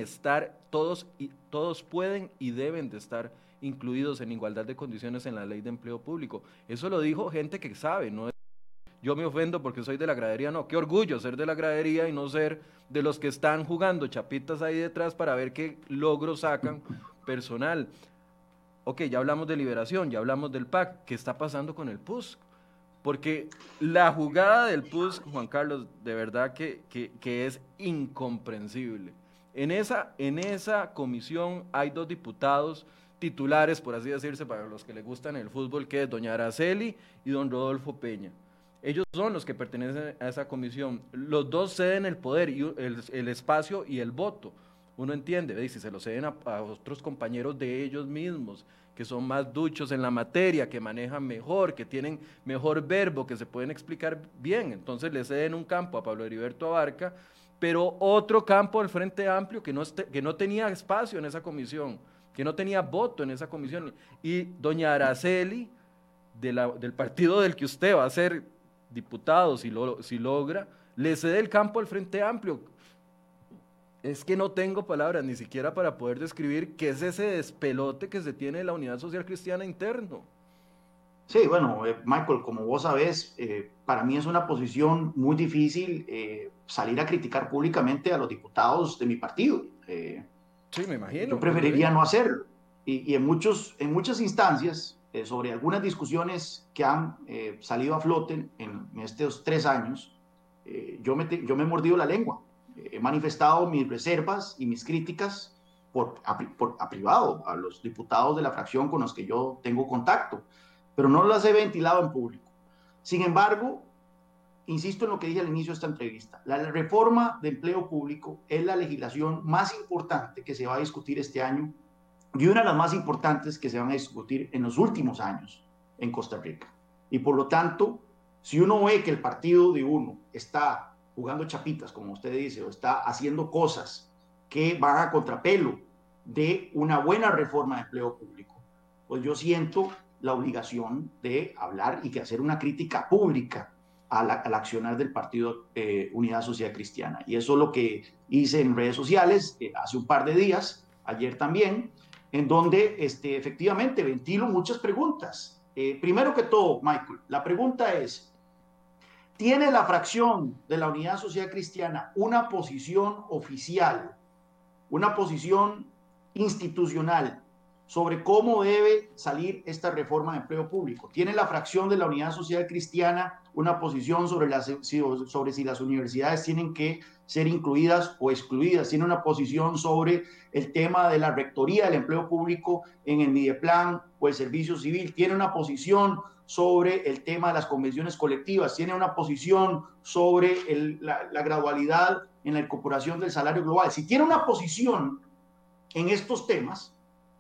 y deben de estar incluidos en igualdad de condiciones en la ley de empleo público. Eso lo dijo gente que sabe, no es yo me ofendo porque soy de la gradería, no, qué orgullo ser de la gradería y no ser de los que están jugando chapitas ahí detrás para ver qué logros sacan personal. Ok, ya hablamos de Liberación, ya hablamos del PAC, ¿qué está pasando con el PUSC? Porque la jugada del PUSC, Juan Carlos, de verdad que es incomprensible. En esa comisión hay 2 diputados titulares, por así decirse, para los que les gustan el fútbol, que es doña Araceli y don Rodolfo Peña. Ellos son los que pertenecen a esa comisión. Los dos ceden el poder, y el espacio y el voto. Uno entiende, ¿ve? Si se lo ceden a otros compañeros de ellos mismos, que son más duchos en la materia, que manejan mejor, que tienen mejor verbo, que se pueden explicar bien. Entonces le ceden un campo a Pablo Heriberto Abarca, pero otro campo al Frente Amplio que no tenía espacio en esa comisión, que no tenía voto en esa comisión. Y doña Araceli, del partido del que usted va a ser diputado, si logra, le cede el campo al Frente Amplio. Es que no tengo palabras ni siquiera para poder describir qué es ese despelote que se tiene de la Unidad Social Cristiana interno. Sí, bueno, Michael, como vos sabés, para mí es una posición muy difícil salir a criticar públicamente a los diputados de mi partido. Sí, me imagino. Yo preferiría no hacerlo. Y en muchas instancias, sobre algunas discusiones que han salido a flote en estos 3 años, yo me he mordido la lengua. He manifestado mis reservas y mis críticas a privado, a los diputados de la fracción con los que yo tengo contacto, pero no las he ventilado en público. Sin embargo, insisto en lo que dije al inicio de esta entrevista, la reforma de empleo público es la legislación más importante que se va a discutir este año y una de las más importantes que se van a discutir en los últimos años en Costa Rica. Y por lo tanto, si uno ve que el partido de uno está jugando chapitas, como usted dice, o está haciendo cosas que van a contrapelo de una buena reforma de empleo público, pues yo siento la obligación de hablar y que hacer una crítica pública al accionar del partido Unidad Social Cristiana. Y eso es lo que hice en redes sociales hace un par de días, ayer también, en donde efectivamente ventilo muchas preguntas. Primero que todo, Michael, la pregunta es, ¿tiene la fracción de la Unidad Social Cristiana una posición oficial, una posición institucional sobre cómo debe salir esta reforma de empleo público? ¿Tiene la fracción de la Unidad Social Cristiana una posición sobre si las universidades tienen que ser incluidas o excluidas? ¿Tiene una posición sobre el tema de la rectoría del empleo público en el Mideplan o el servicio civil? ¿Tiene una posición sobre el tema de las convenciones colectivas? ¿Tiene una posición sobre la gradualidad en la incorporación del salario global? Si tiene una posición en estos temas,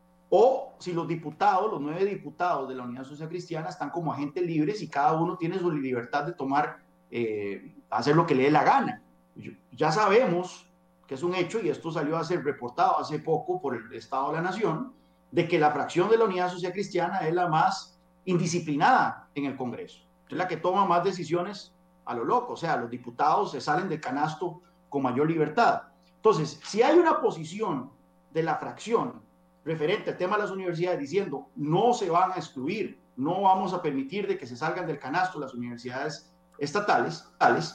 o si los 9 diputados de la Unidad Social Cristiana están como agentes libres y cada uno tiene su libertad de tomar, hacer lo que le dé la gana. Ya sabemos que es un hecho, y esto salió a ser reportado hace poco por el Estado de la Nación, de que la fracción de la Unidad Social Cristiana es la más indisciplinada en el Congreso. Es la que toma más decisiones a lo loco, o sea, los diputados se salen del canasto con mayor libertad. Entonces, si hay una posición de la fracción referente al tema de las universidades diciendo no se van a excluir, no vamos a permitir de que se salgan del canasto las universidades estatales,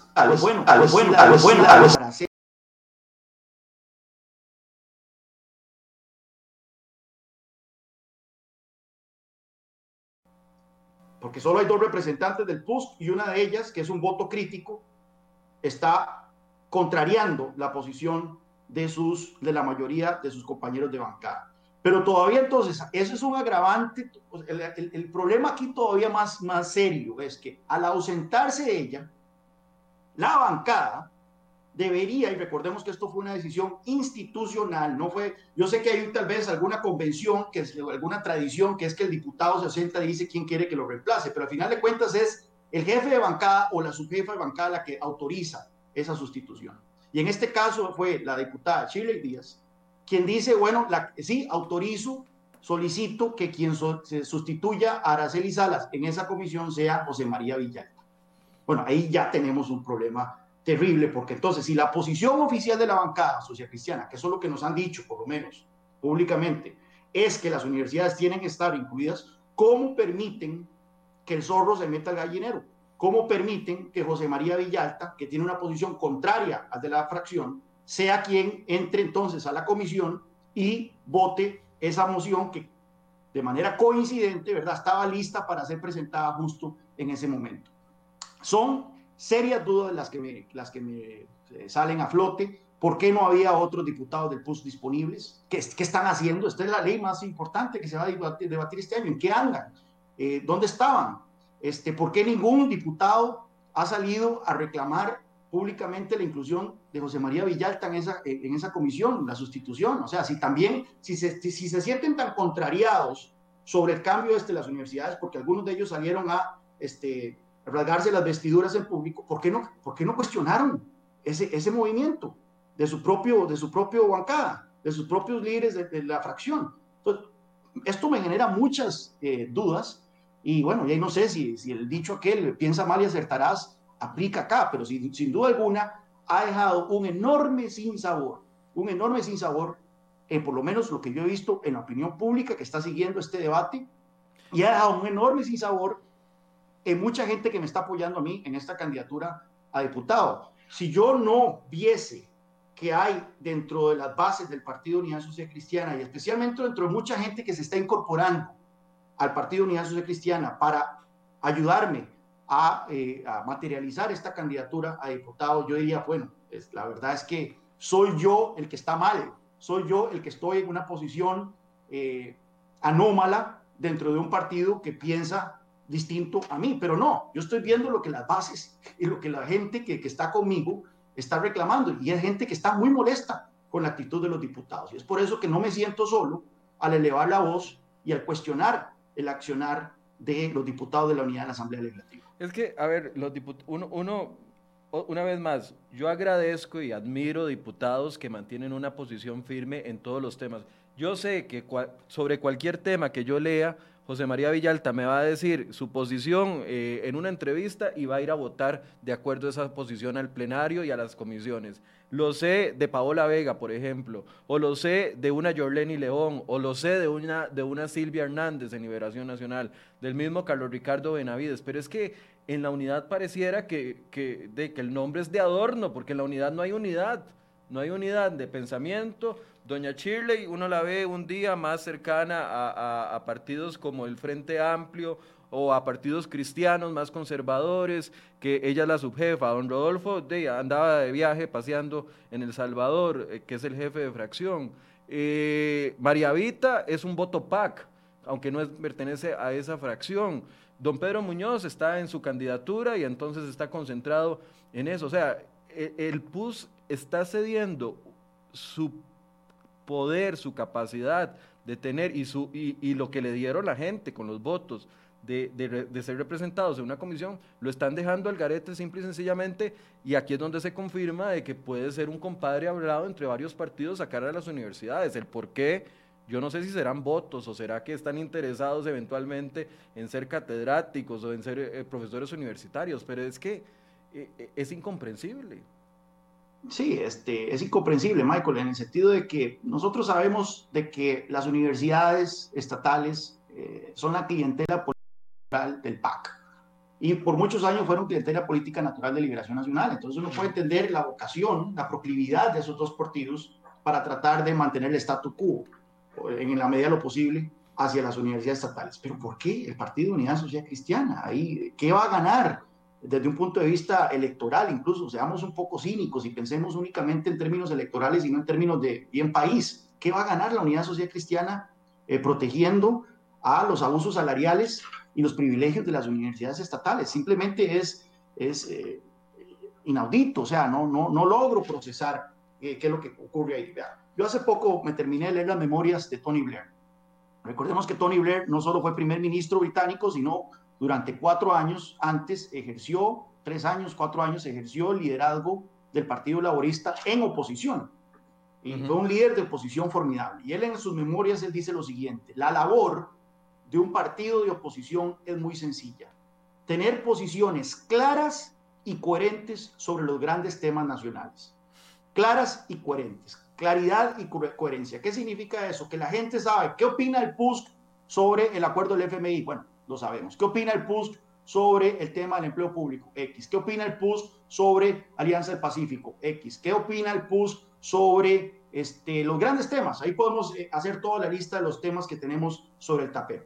porque solo hay 2 representantes del PUSC y una de ellas, que es un voto crítico, está contrariando la posición de la mayoría de sus compañeros de bancada. Pero todavía entonces, eso es un agravante. El problema aquí todavía más serio es que al ausentarse ella, la bancada debería, y recordemos que esto fue una decisión institucional, no fue, yo sé que hay tal vez alguna convención, alguna tradición, que es que el diputado se sienta y dice quién quiere que lo reemplace, pero al final de cuentas es el jefe de bancada o la subjefa de bancada la que autoriza esa sustitución. Y en este caso fue la diputada Shirley Díaz quien dice, bueno, sí, autorizo, solicito que quien se sustituya a Araceli Salas en esa comisión sea José María Villalta. Bueno, ahí ya tenemos un problema terrible, porque entonces si la posición oficial de la bancada social cristiana, que eso es lo que nos han dicho por lo menos públicamente, es que las universidades tienen que estar incluidas, ¿cómo permiten que el zorro se meta al gallinero? ¿Cómo permiten que José María Villalta, que tiene una posición contraria a de la fracción, sea quien entre entonces a la comisión y vote esa moción que de manera coincidente, ¿verdad?, estaba lista para ser presentada justo en ese momento? Son serias dudas las que me salen a flote, ¿Por qué no había otros diputados del PUSC disponibles? ¿Qué están haciendo? Esta es la ley más importante que se va a debatir este año. ¿En qué andan? ¿Dónde estaban? ¿Por qué ningún diputado ha salido a reclamar públicamente la inclusión de José María Villalta en esa comisión, la sustitución? O sea, si se sienten tan contrariados sobre el cambio de las universidades, porque algunos de ellos salieron a rasgarse las vestiduras en público, ¿por qué no cuestionaron ese movimiento de su propio bancada, de sus propios líderes de la fracción? Entonces, esto me genera muchas dudas, y bueno, ya no sé si el dicho aquel, piensa mal y acertarás, aplica acá, pero sin duda alguna ha dejado un enorme sinsabor, por lo menos lo que yo he visto en la opinión pública que está siguiendo este debate, y ha dejado un enorme sinsabor en mucha gente que me está apoyando a mí en esta candidatura a diputado. Si yo no viese que hay dentro de las bases del Partido Unidad Social Cristiana, y especialmente dentro de mucha gente que se está incorporando al Partido Unidad Social Cristiana para ayudarme a materializar esta candidatura a diputado, yo diría, bueno, la verdad es que soy yo el que está mal, soy yo el que estoy en una posición anómala dentro de un partido que piensa distinto a mí, pero no, yo estoy viendo lo que las bases y lo que la gente que está conmigo está reclamando, y es gente que está muy molesta con la actitud de los diputados, y es por eso que no me siento solo al elevar la voz y al cuestionar el accionar de los diputados de la unidad de la Asamblea Legislativa. Es que, a ver, una vez más, yo agradezco y admiro diputados que mantienen una posición firme en todos los temas. Yo sé que sobre cualquier tema que yo lea, José María Villalta me va a decir su posición en una entrevista y va a ir a votar de acuerdo a esa posición al plenario y a las comisiones. Lo sé de Paola Vega, por ejemplo, o lo sé de una Yorleni León, o lo sé de una Silvia Hernández en Liberación Nacional, del mismo Carlos Ricardo Benavides, pero es que en la unidad pareciera que el nombre es de adorno, porque en la unidad no hay unidad de pensamiento. Doña Shirley, uno la ve un día más cercana a partidos como el Frente Amplio o a partidos cristianos más conservadores, que ella es la subjefa. Don Rodolfo andaba de viaje paseando en El Salvador, que es el jefe de fracción. María Vita es un voto PAC, aunque no pertenece a esa fracción. Don Pedro Muñoz está en su candidatura y entonces está concentrado en eso. O sea, el PUS está cediendo su poder, su capacidad de tener y lo que le dieron la gente con los votos de ser representados en una comisión, lo están dejando al garete simple y sencillamente, y aquí es donde se confirma de que puede ser un compadre hablado entre varios partidos a cara de las universidades. El por qué, yo no sé si serán votos o será que están interesados eventualmente en ser catedráticos o en ser profesores universitarios, pero es que es incomprensible. Sí, es incomprensible, Michael, en el sentido de que nosotros sabemos de que las universidades estatales son la clientela política del PAC, y por muchos años fueron clientela política natural de Liberación Nacional. Entonces uno puede entender la vocación, la proclividad de esos dos partidos para tratar de mantener el statu quo en la medida de lo posible hacia las universidades estatales. Pero ¿por qué el Partido Unidad Social Cristiana? Ahí, ¿qué va a ganar desde un punto de vista electoral? Incluso seamos un poco cínicos y pensemos únicamente en términos electorales y no en términos de bien país. ¿Qué va a ganar la Unidad Social Cristiana protegiendo a los abusos salariales y los privilegios de las universidades estatales? Simplemente es inaudito. O sea, no logro procesar qué es lo que ocurre ahí. Yo hace poco me terminé de leer las memorias de Tony Blair. Recordemos que Tony Blair no solo fue primer ministro británico, sino durante 4 años antes ejerció, 3 años, 4 años, ejerció el liderazgo del Partido Laborista en oposición. Y fue un líder de oposición formidable. Y él en sus memorias, él dice lo siguiente: la labor de un partido de oposición es muy sencilla. Tener posiciones claras y coherentes sobre los grandes temas nacionales. Claras y coherentes. Claridad y coherencia. ¿Qué significa eso? Que la gente sabe qué opina el PUSC sobre el acuerdo del FMI. Bueno, lo sabemos. ¿Qué opina el PUSC sobre el tema del empleo público? X. ¿Qué opina el PUSC sobre Alianza del Pacífico? X. ¿Qué opina el PUSC sobre los grandes temas? Ahí podemos hacer toda la lista de los temas que tenemos sobre el tapete.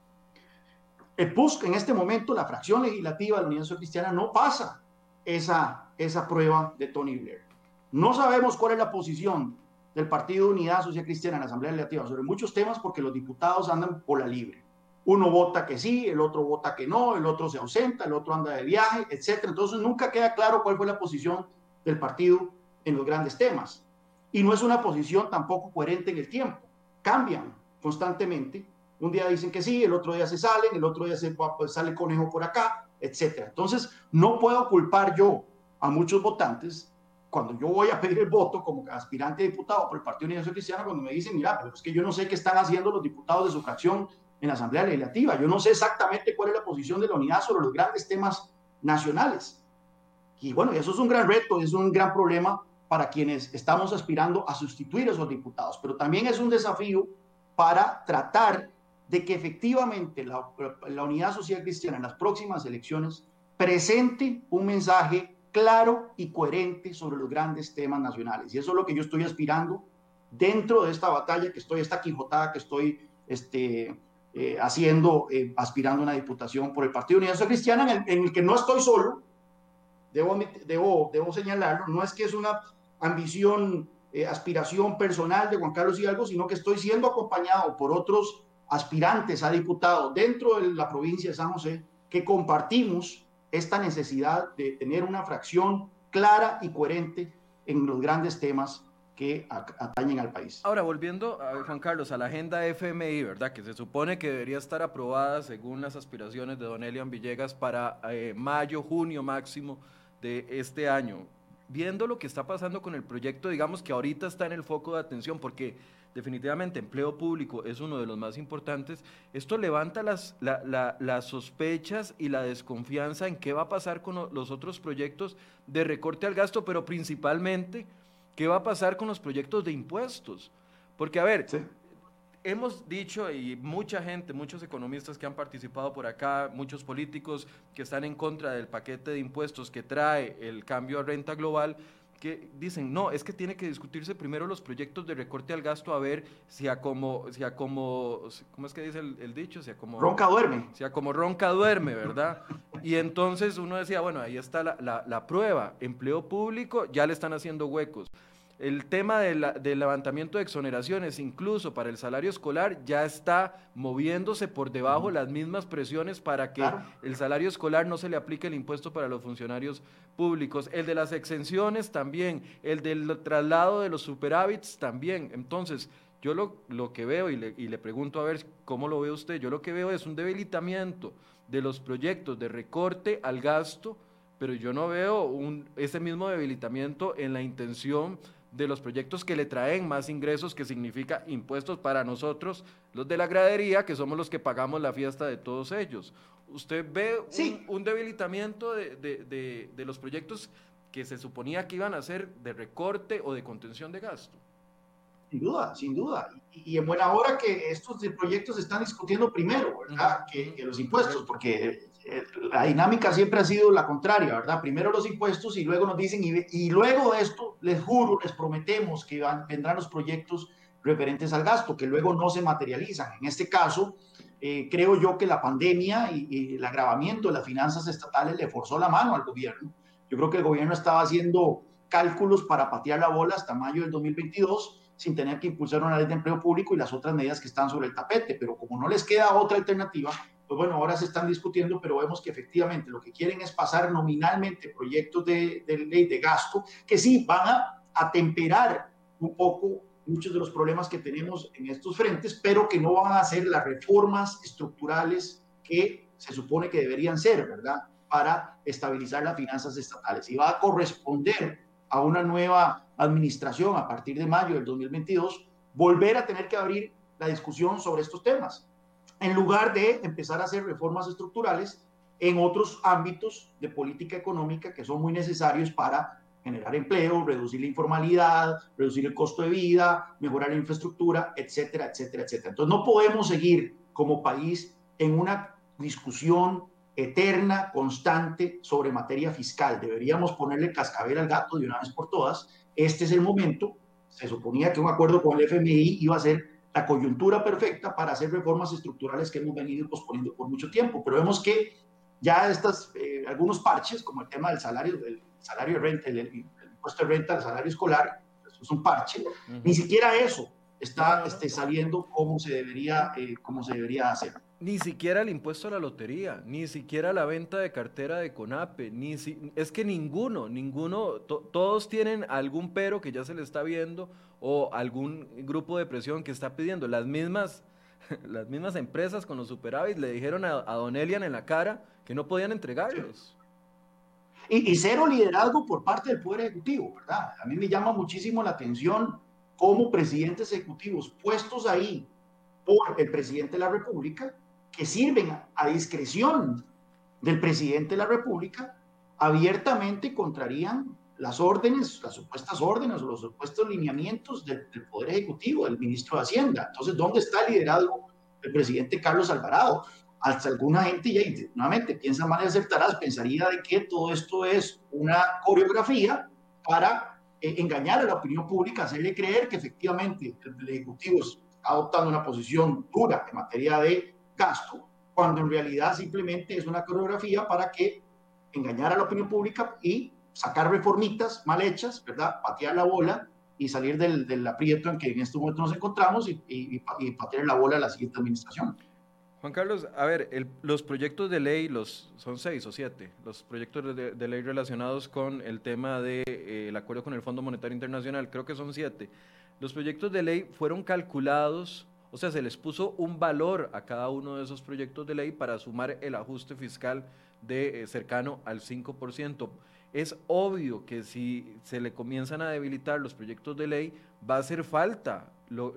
El PUSC en este momento, la fracción legislativa de la Unidad Social Cristiana, no pasa esa prueba de Tony Blair. No sabemos cuál es la posición del Partido de Unidad Social Cristiana en la Asamblea Legislativa sobre muchos temas porque los diputados andan por la libre. Uno vota que sí, el otro vota que no, el otro se ausenta, el otro anda de viaje, etc. Entonces nunca queda claro cuál fue la posición del partido en los grandes temas. Y no es una posición tampoco coherente en el tiempo. Cambian constantemente. Un día dicen que sí, el otro día se salen, el otro día sale el conejo por acá, etc. Entonces no puedo culpar yo a muchos votantes cuando yo voy a pedir el voto como aspirante a diputado por el Partido Unidad Social Cristiana, cuando me dicen, mira, pero es que yo no sé qué están haciendo los diputados de su fracción en la Asamblea Legislativa, yo no sé exactamente cuál es la posición de la unidad sobre los grandes temas nacionales. Y bueno, eso es un gran reto, es un gran problema para quienes estamos aspirando a sustituir a esos diputados, pero también es un desafío para tratar de que efectivamente la Unidad Social Cristiana en las próximas elecciones presente un mensaje claro y coherente sobre los grandes temas nacionales. Y eso es lo que yo estoy aspirando dentro de esta batalla que estoy, esta quijotada que estoy haciendo, aspirando a una diputación por el Partido Unidad Social Cristiana, en el que no estoy solo, debo señalarlo, no es que es una ambición, aspiración personal de Juan Carlos Hidalgo, sino que estoy siendo acompañado por otros aspirantes a diputados dentro de la provincia de San José, que compartimos esta necesidad de tener una fracción clara y coherente en los grandes temas que atañen al país. Ahora, volviendo, Juan Carlos, a la agenda FMI, ¿verdad? Que se supone que debería estar aprobada según las aspiraciones de don Elian Villegas para mayo, junio máximo de este año. Viendo lo que está pasando con el proyecto, digamos que ahorita está en el foco de atención, porque definitivamente empleo público es uno de los más importantes, esto levanta las sospechas y la desconfianza en qué va a pasar con los otros proyectos de recorte al gasto, pero principalmente qué va a pasar con los proyectos de impuestos. Porque, a ver, sí, hemos dicho, y mucha gente, muchos economistas que han participado por acá, muchos políticos que están en contra del paquete de impuestos que trae el cambio a renta global, que dicen, no, es que tiene que discutirse primero los proyectos de recorte al gasto a ver ¿cómo es que dice el dicho? Ronca duerme. Como ronca duerme, ¿verdad? Y entonces uno decía, bueno, ahí está la prueba, empleo público, ya le están haciendo huecos. El tema del levantamiento de exoneraciones, incluso para el salario escolar, ya está moviéndose por debajo las mismas presiones para que el salario escolar no se le aplique el impuesto para los funcionarios públicos. El de las exenciones también, el del traslado de los superávits también. Entonces, yo lo que veo, y le pregunto a ver cómo lo ve usted, yo lo que veo es un debilitamiento de los proyectos de recorte al gasto, pero yo no veo ese mismo debilitamiento en la intención de los proyectos que le traen más ingresos, que significa impuestos para nosotros, los de la gradería, que somos los que pagamos la fiesta de todos ellos. ¿Usted ve un debilitamiento de los proyectos que se suponía que iban a ser de recorte o de contención de gasto? Sin duda, sin duda. Y en buena hora que estos proyectos se están discutiendo primero, ¿verdad? Que los impuestos, porque la dinámica siempre ha sido la contraria, ¿verdad? Primero los impuestos y luego nos dicen, y luego de esto, les juro, les prometemos que vendrán los proyectos referentes al gasto, que luego no se materializan. En este caso, creo yo que la pandemia y el agravamiento de las finanzas estatales le forzó la mano al gobierno. Yo creo que el gobierno estaba haciendo cálculos para patear la bola hasta mayo del 2022, sin tener que impulsar una ley de empleo público y las otras medidas que están sobre el tapete, pero como no les queda otra alternativa, pues bueno, ahora se están discutiendo, pero vemos que efectivamente lo que quieren es pasar nominalmente proyectos de ley de gasto, que sí van a atemperar un poco muchos de los problemas que tenemos en estos frentes, pero que no van a hacer las reformas estructurales que se supone que deberían ser, ¿verdad?, para estabilizar las finanzas estatales. Y va a corresponder a una nueva administración a partir de mayo del 2022, volver a tener que abrir la discusión sobre estos temas, en lugar de empezar a hacer reformas estructurales en otros ámbitos de política económica que son muy necesarios para generar empleo, reducir la informalidad, reducir el costo de vida, mejorar la infraestructura, etcétera, etcétera, etcétera. Entonces no podemos seguir como país en una discusión eterna, constante sobre materia fiscal. Deberíamos ponerle cascabel al gato de una vez por todas. Este es el momento. Se suponía que un acuerdo con el FMI iba a ser la coyuntura perfecta para hacer reformas estructurales que hemos venido posponiendo por mucho tiempo, pero vemos que ya algunos parches, como el tema del salario de renta, el impuesto impuesto de renta al salario escolar, eso es un parche, ni siquiera eso está sabiendo cómo se debería hacer. Ni siquiera el impuesto a la lotería, ni siquiera la venta de cartera de CONAPE, es que ninguno, todos tienen algún pero que ya se le está viendo o algún grupo de presión que está pidiendo. Las mismas empresas con los superávit le dijeron a don Elian en la cara que no podían entregarlos. Y cero liderazgo por parte del Poder Ejecutivo, ¿verdad? A mí me llama muchísimo la atención cómo presidentes ejecutivos puestos ahí por el presidente de la República, que sirven a discreción del presidente de la República, abiertamente contrarían las órdenes, las supuestas órdenes o los supuestos lineamientos del Poder Ejecutivo, del ministro de Hacienda. Entonces, ¿dónde está el liderazgo del presidente Carlos Alvarado? Hasta alguna gente, ya nuevamente piensa mal y acertarás, pensaría de que todo esto es una coreografía para engañar a la opinión pública, hacerle creer que efectivamente el Ejecutivo está adoptando una posición dura en materia de gasto, cuando en realidad simplemente es una coreografía para que engañar a la opinión pública y sacar reformitas mal hechas, ¿verdad? Patear la bola y salir del aprieto en que en este momento nos encontramos y patear la bola a la siguiente administración. Juan Carlos, a ver, los proyectos de ley, son 6 o 7, los proyectos de ley relacionados con el tema del acuerdo con el Fondo Monetario Internacional, creo que son 7. Los proyectos de ley fueron calculados, o sea, se les puso un valor a cada uno de esos proyectos de ley para sumar el ajuste fiscal de cercano al 5%. Es obvio que si se le comienzan a debilitar los proyectos de ley, va a hacer falta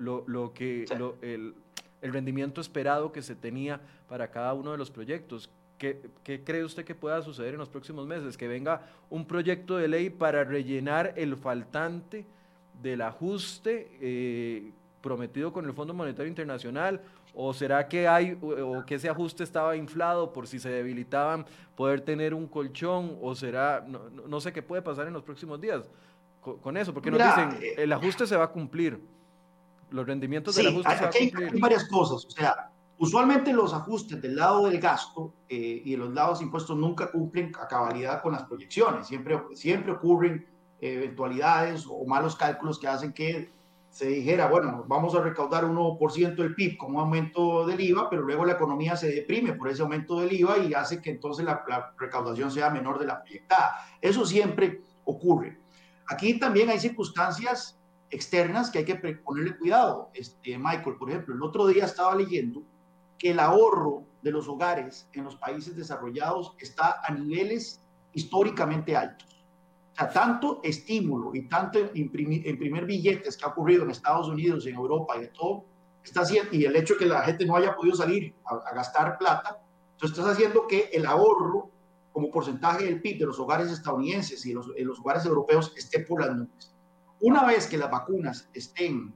el rendimiento esperado que se tenía para cada uno de los proyectos. ¿Qué cree usted que pueda suceder en los próximos meses? ¿Que venga un proyecto de ley para rellenar el faltante del ajuste prometido con el Fondo Monetario Internacional? ¿O será que que ese ajuste estaba inflado por si se debilitaban poder tener un colchón? ¿O será, no sé qué puede pasar en los próximos días con eso? Porque nos dicen, el ajuste se va a cumplir. Los rendimientos del ajuste se va a cumplir. Hay varias cosas. O sea, usualmente los ajustes del lado del gasto y de los lados de impuestos nunca cumplen a cabalidad con las proyecciones. Siempre ocurren eventualidades o malos cálculos que hacen que se dijera, bueno, vamos a recaudar un 1% del PIB con un aumento del IVA, pero luego la economía se deprime por ese aumento del IVA y hace que entonces la recaudación sea menor de la proyectada. Eso siempre ocurre. Aquí también hay circunstancias externas que hay que ponerle cuidado. Michael, por ejemplo, el otro día estaba leyendo que el ahorro de los hogares en los países desarrollados está a niveles históricamente altos. O sea, tanto estímulo y tanto imprimir billetes que ha ocurrido en Estados Unidos, en Europa y de todo, está haciendo, y el hecho de que la gente no haya podido salir a gastar plata, entonces estás haciendo que el ahorro como porcentaje del PIB de los hogares estadounidenses y los hogares europeos esté por las nubes. Una vez que las vacunas estén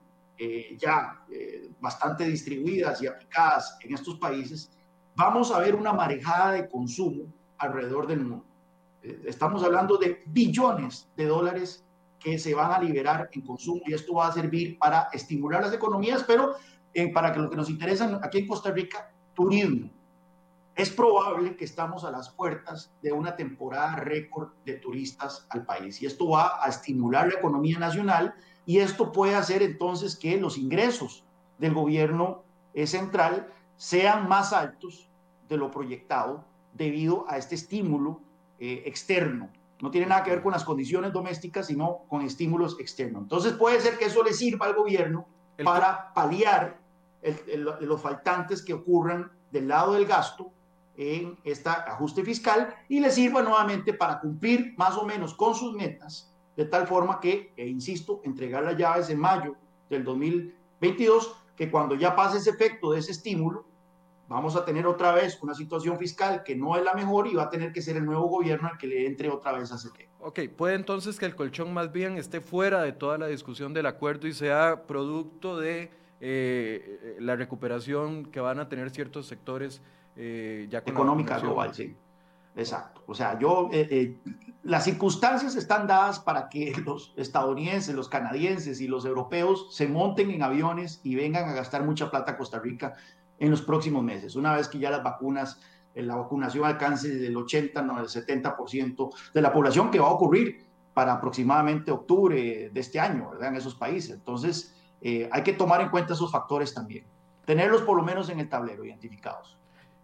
bastante distribuidas y aplicadas en estos países, vamos a ver una marejada de consumo alrededor del mundo. Estamos hablando de billones de dólares que se van a liberar en consumo y esto va a servir para estimular las economías, pero para que lo que nos interesa aquí en Costa Rica, turismo. Es probable que estamos a las puertas de una temporada récord de turistas al país y esto va a estimular la economía nacional y esto puede hacer entonces que los ingresos del gobierno central sean más altos de lo proyectado debido a este estímulo externo. No tiene nada que ver con las condiciones domésticas, sino con estímulos externos. Entonces puede ser que eso le sirva al gobierno para paliar los faltantes que ocurran del lado del gasto en este ajuste fiscal y le sirva nuevamente para cumplir más o menos con sus metas, de tal forma que, insisto, entregar las llaves en mayo del 2022, que cuando ya pase ese efecto de ese estímulo, vamos a tener otra vez una situación fiscal que no es la mejor y va a tener que ser el nuevo gobierno el que le entre otra vez a ese tema. Ok, puede entonces que el colchón más bien esté fuera de toda la discusión del acuerdo y sea producto de la recuperación que van a tener ciertos sectores ya con económica global, sí. Exacto. O sea, las circunstancias están dadas para que los estadounidenses, los canadienses y los europeos se monten en aviones y vengan a gastar mucha plata a Costa Rica en los próximos meses, una vez que ya la vacunación alcance el 80, no, el 70% de la población, que va a ocurrir para aproximadamente octubre de este año, ¿verdad? En esos países. Entonces, hay que tomar en cuenta esos factores también. Tenerlos por lo menos en el tablero, identificados.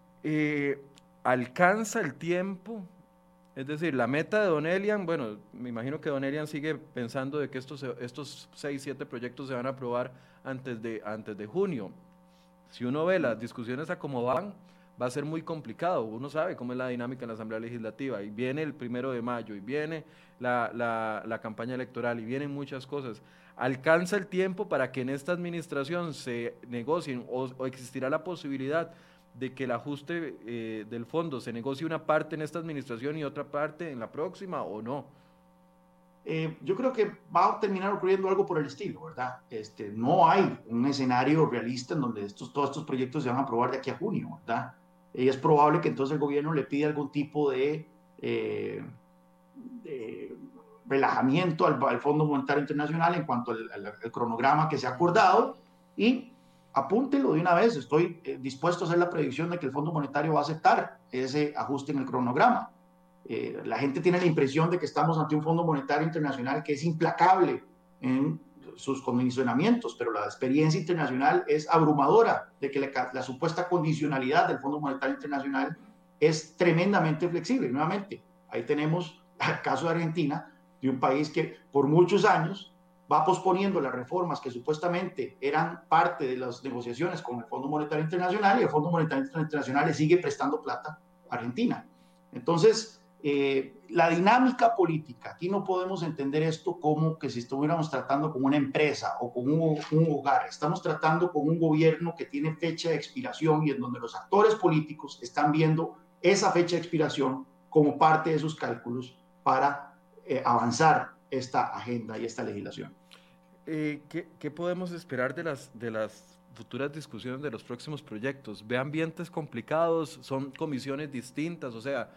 ¿Alcanza el tiempo? Es decir, la meta de Don Elian, bueno, me imagino que Don Elian sigue pensando de que estos 6, 7 proyectos se van a aprobar antes de junio. Si uno ve las discusiones a cómo van, va a ser muy complicado. Uno sabe cómo es la dinámica en la Asamblea Legislativa, y viene el 1 de mayo, y viene la campaña electoral, y vienen muchas cosas. ¿Alcanza el tiempo para que en esta administración se negocien o existirá la posibilidad de que el ajuste del fondo se negocie una parte en esta administración y otra parte en la próxima, o no? Yo creo que va a terminar ocurriendo algo por el estilo, ¿verdad? No hay un escenario realista en donde todos estos proyectos se van a aprobar de aquí a junio, ¿verdad? Y es probable que entonces el gobierno le pida algún tipo de relajamiento al Fondo Monetario Internacional en cuanto al cronograma que se ha acordado, y apúntelo de una vez, estoy dispuesto a hacer la predicción de que el Fondo Monetario va a aceptar ese ajuste en el cronograma. La gente tiene la impresión de que estamos ante un Fondo Monetario Internacional que es implacable en sus condicionamientos, pero la experiencia internacional es abrumadora de que la supuesta condicionalidad del Fondo Monetario Internacional es tremendamente flexible. Nuevamente, ahí tenemos el caso de Argentina, de un país que por muchos años va posponiendo las reformas que supuestamente eran parte de las negociaciones con el Fondo Monetario Internacional, y el Fondo Monetario Internacional le sigue prestando plata a Argentina. Entonces, la dinámica política, aquí no podemos entender esto como que si estuviéramos tratando con una empresa o con un hogar. Estamos tratando con un gobierno que tiene fecha de expiración, y en donde los actores políticos están viendo esa fecha de expiración como parte de sus cálculos para avanzar esta agenda y esta legislación. ¿Qué podemos esperar de las futuras discusiones de los próximos proyectos? ¿Ve ambientes complicados? ¿Son comisiones distintas? O sea,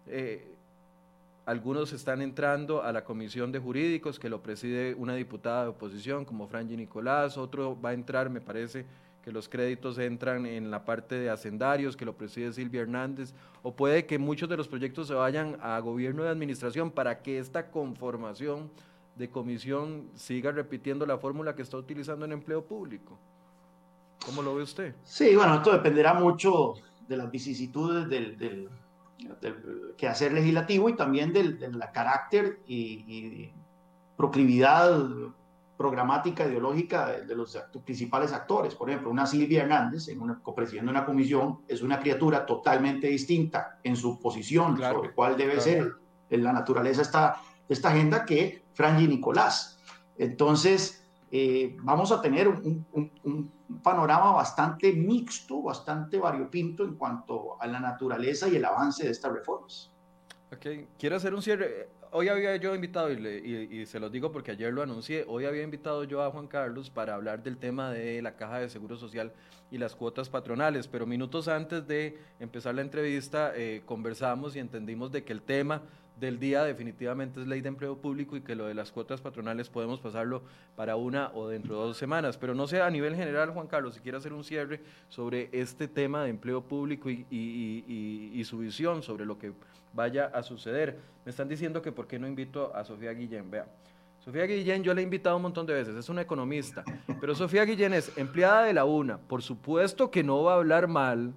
algunos están entrando a la comisión de jurídicos, que lo preside una diputada de oposición como Franji Nicolás. Otro va a entrar, me parece que los créditos entran en la parte de hacendarios, que lo preside Silvia Hernández, o puede que muchos de los proyectos se vayan a gobierno de administración, para que esta conformación de comisión siga repitiendo la fórmula que está utilizando en empleo público. ¿Cómo lo ve usted? Sí, bueno, esto dependerá mucho de las vicisitudes del quehacer legislativo, y también del carácter y proclividad programática, ideológica de los principales actores. Por ejemplo, una Silvia Hernández, presidiendo una comisión, es una criatura totalmente distinta en su posición, claro, sobre cuál debe ser la naturaleza de esta agenda, que Franji Nicolás. Entonces, vamos a tener un panorama bastante mixto, bastante variopinto en cuanto a la naturaleza y el avance de estas reformas. Ok, quiero hacer un cierre. Hoy había yo invitado, y se los digo porque ayer lo anuncié, hoy había invitado yo a Juan Carlos para hablar del tema de la Caja de Seguro Social y las cuotas patronales, pero minutos antes de empezar la entrevista conversamos y entendimos de que el tema del día definitivamente es ley de empleo público, y que lo de las cuotas patronales podemos pasarlo para una o dentro de 2 semanas, pero no sé, a nivel general, Juan Carlos, si quiere hacer un cierre sobre este tema de empleo público y su visión sobre lo que vaya a suceder. Me están diciendo que por qué no invito a Sofía Guillén. Vea, Sofía Guillén yo la he invitado un montón de veces, es una economista, pero Sofía Guillén es empleada de la UNA, por supuesto que no va a hablar mal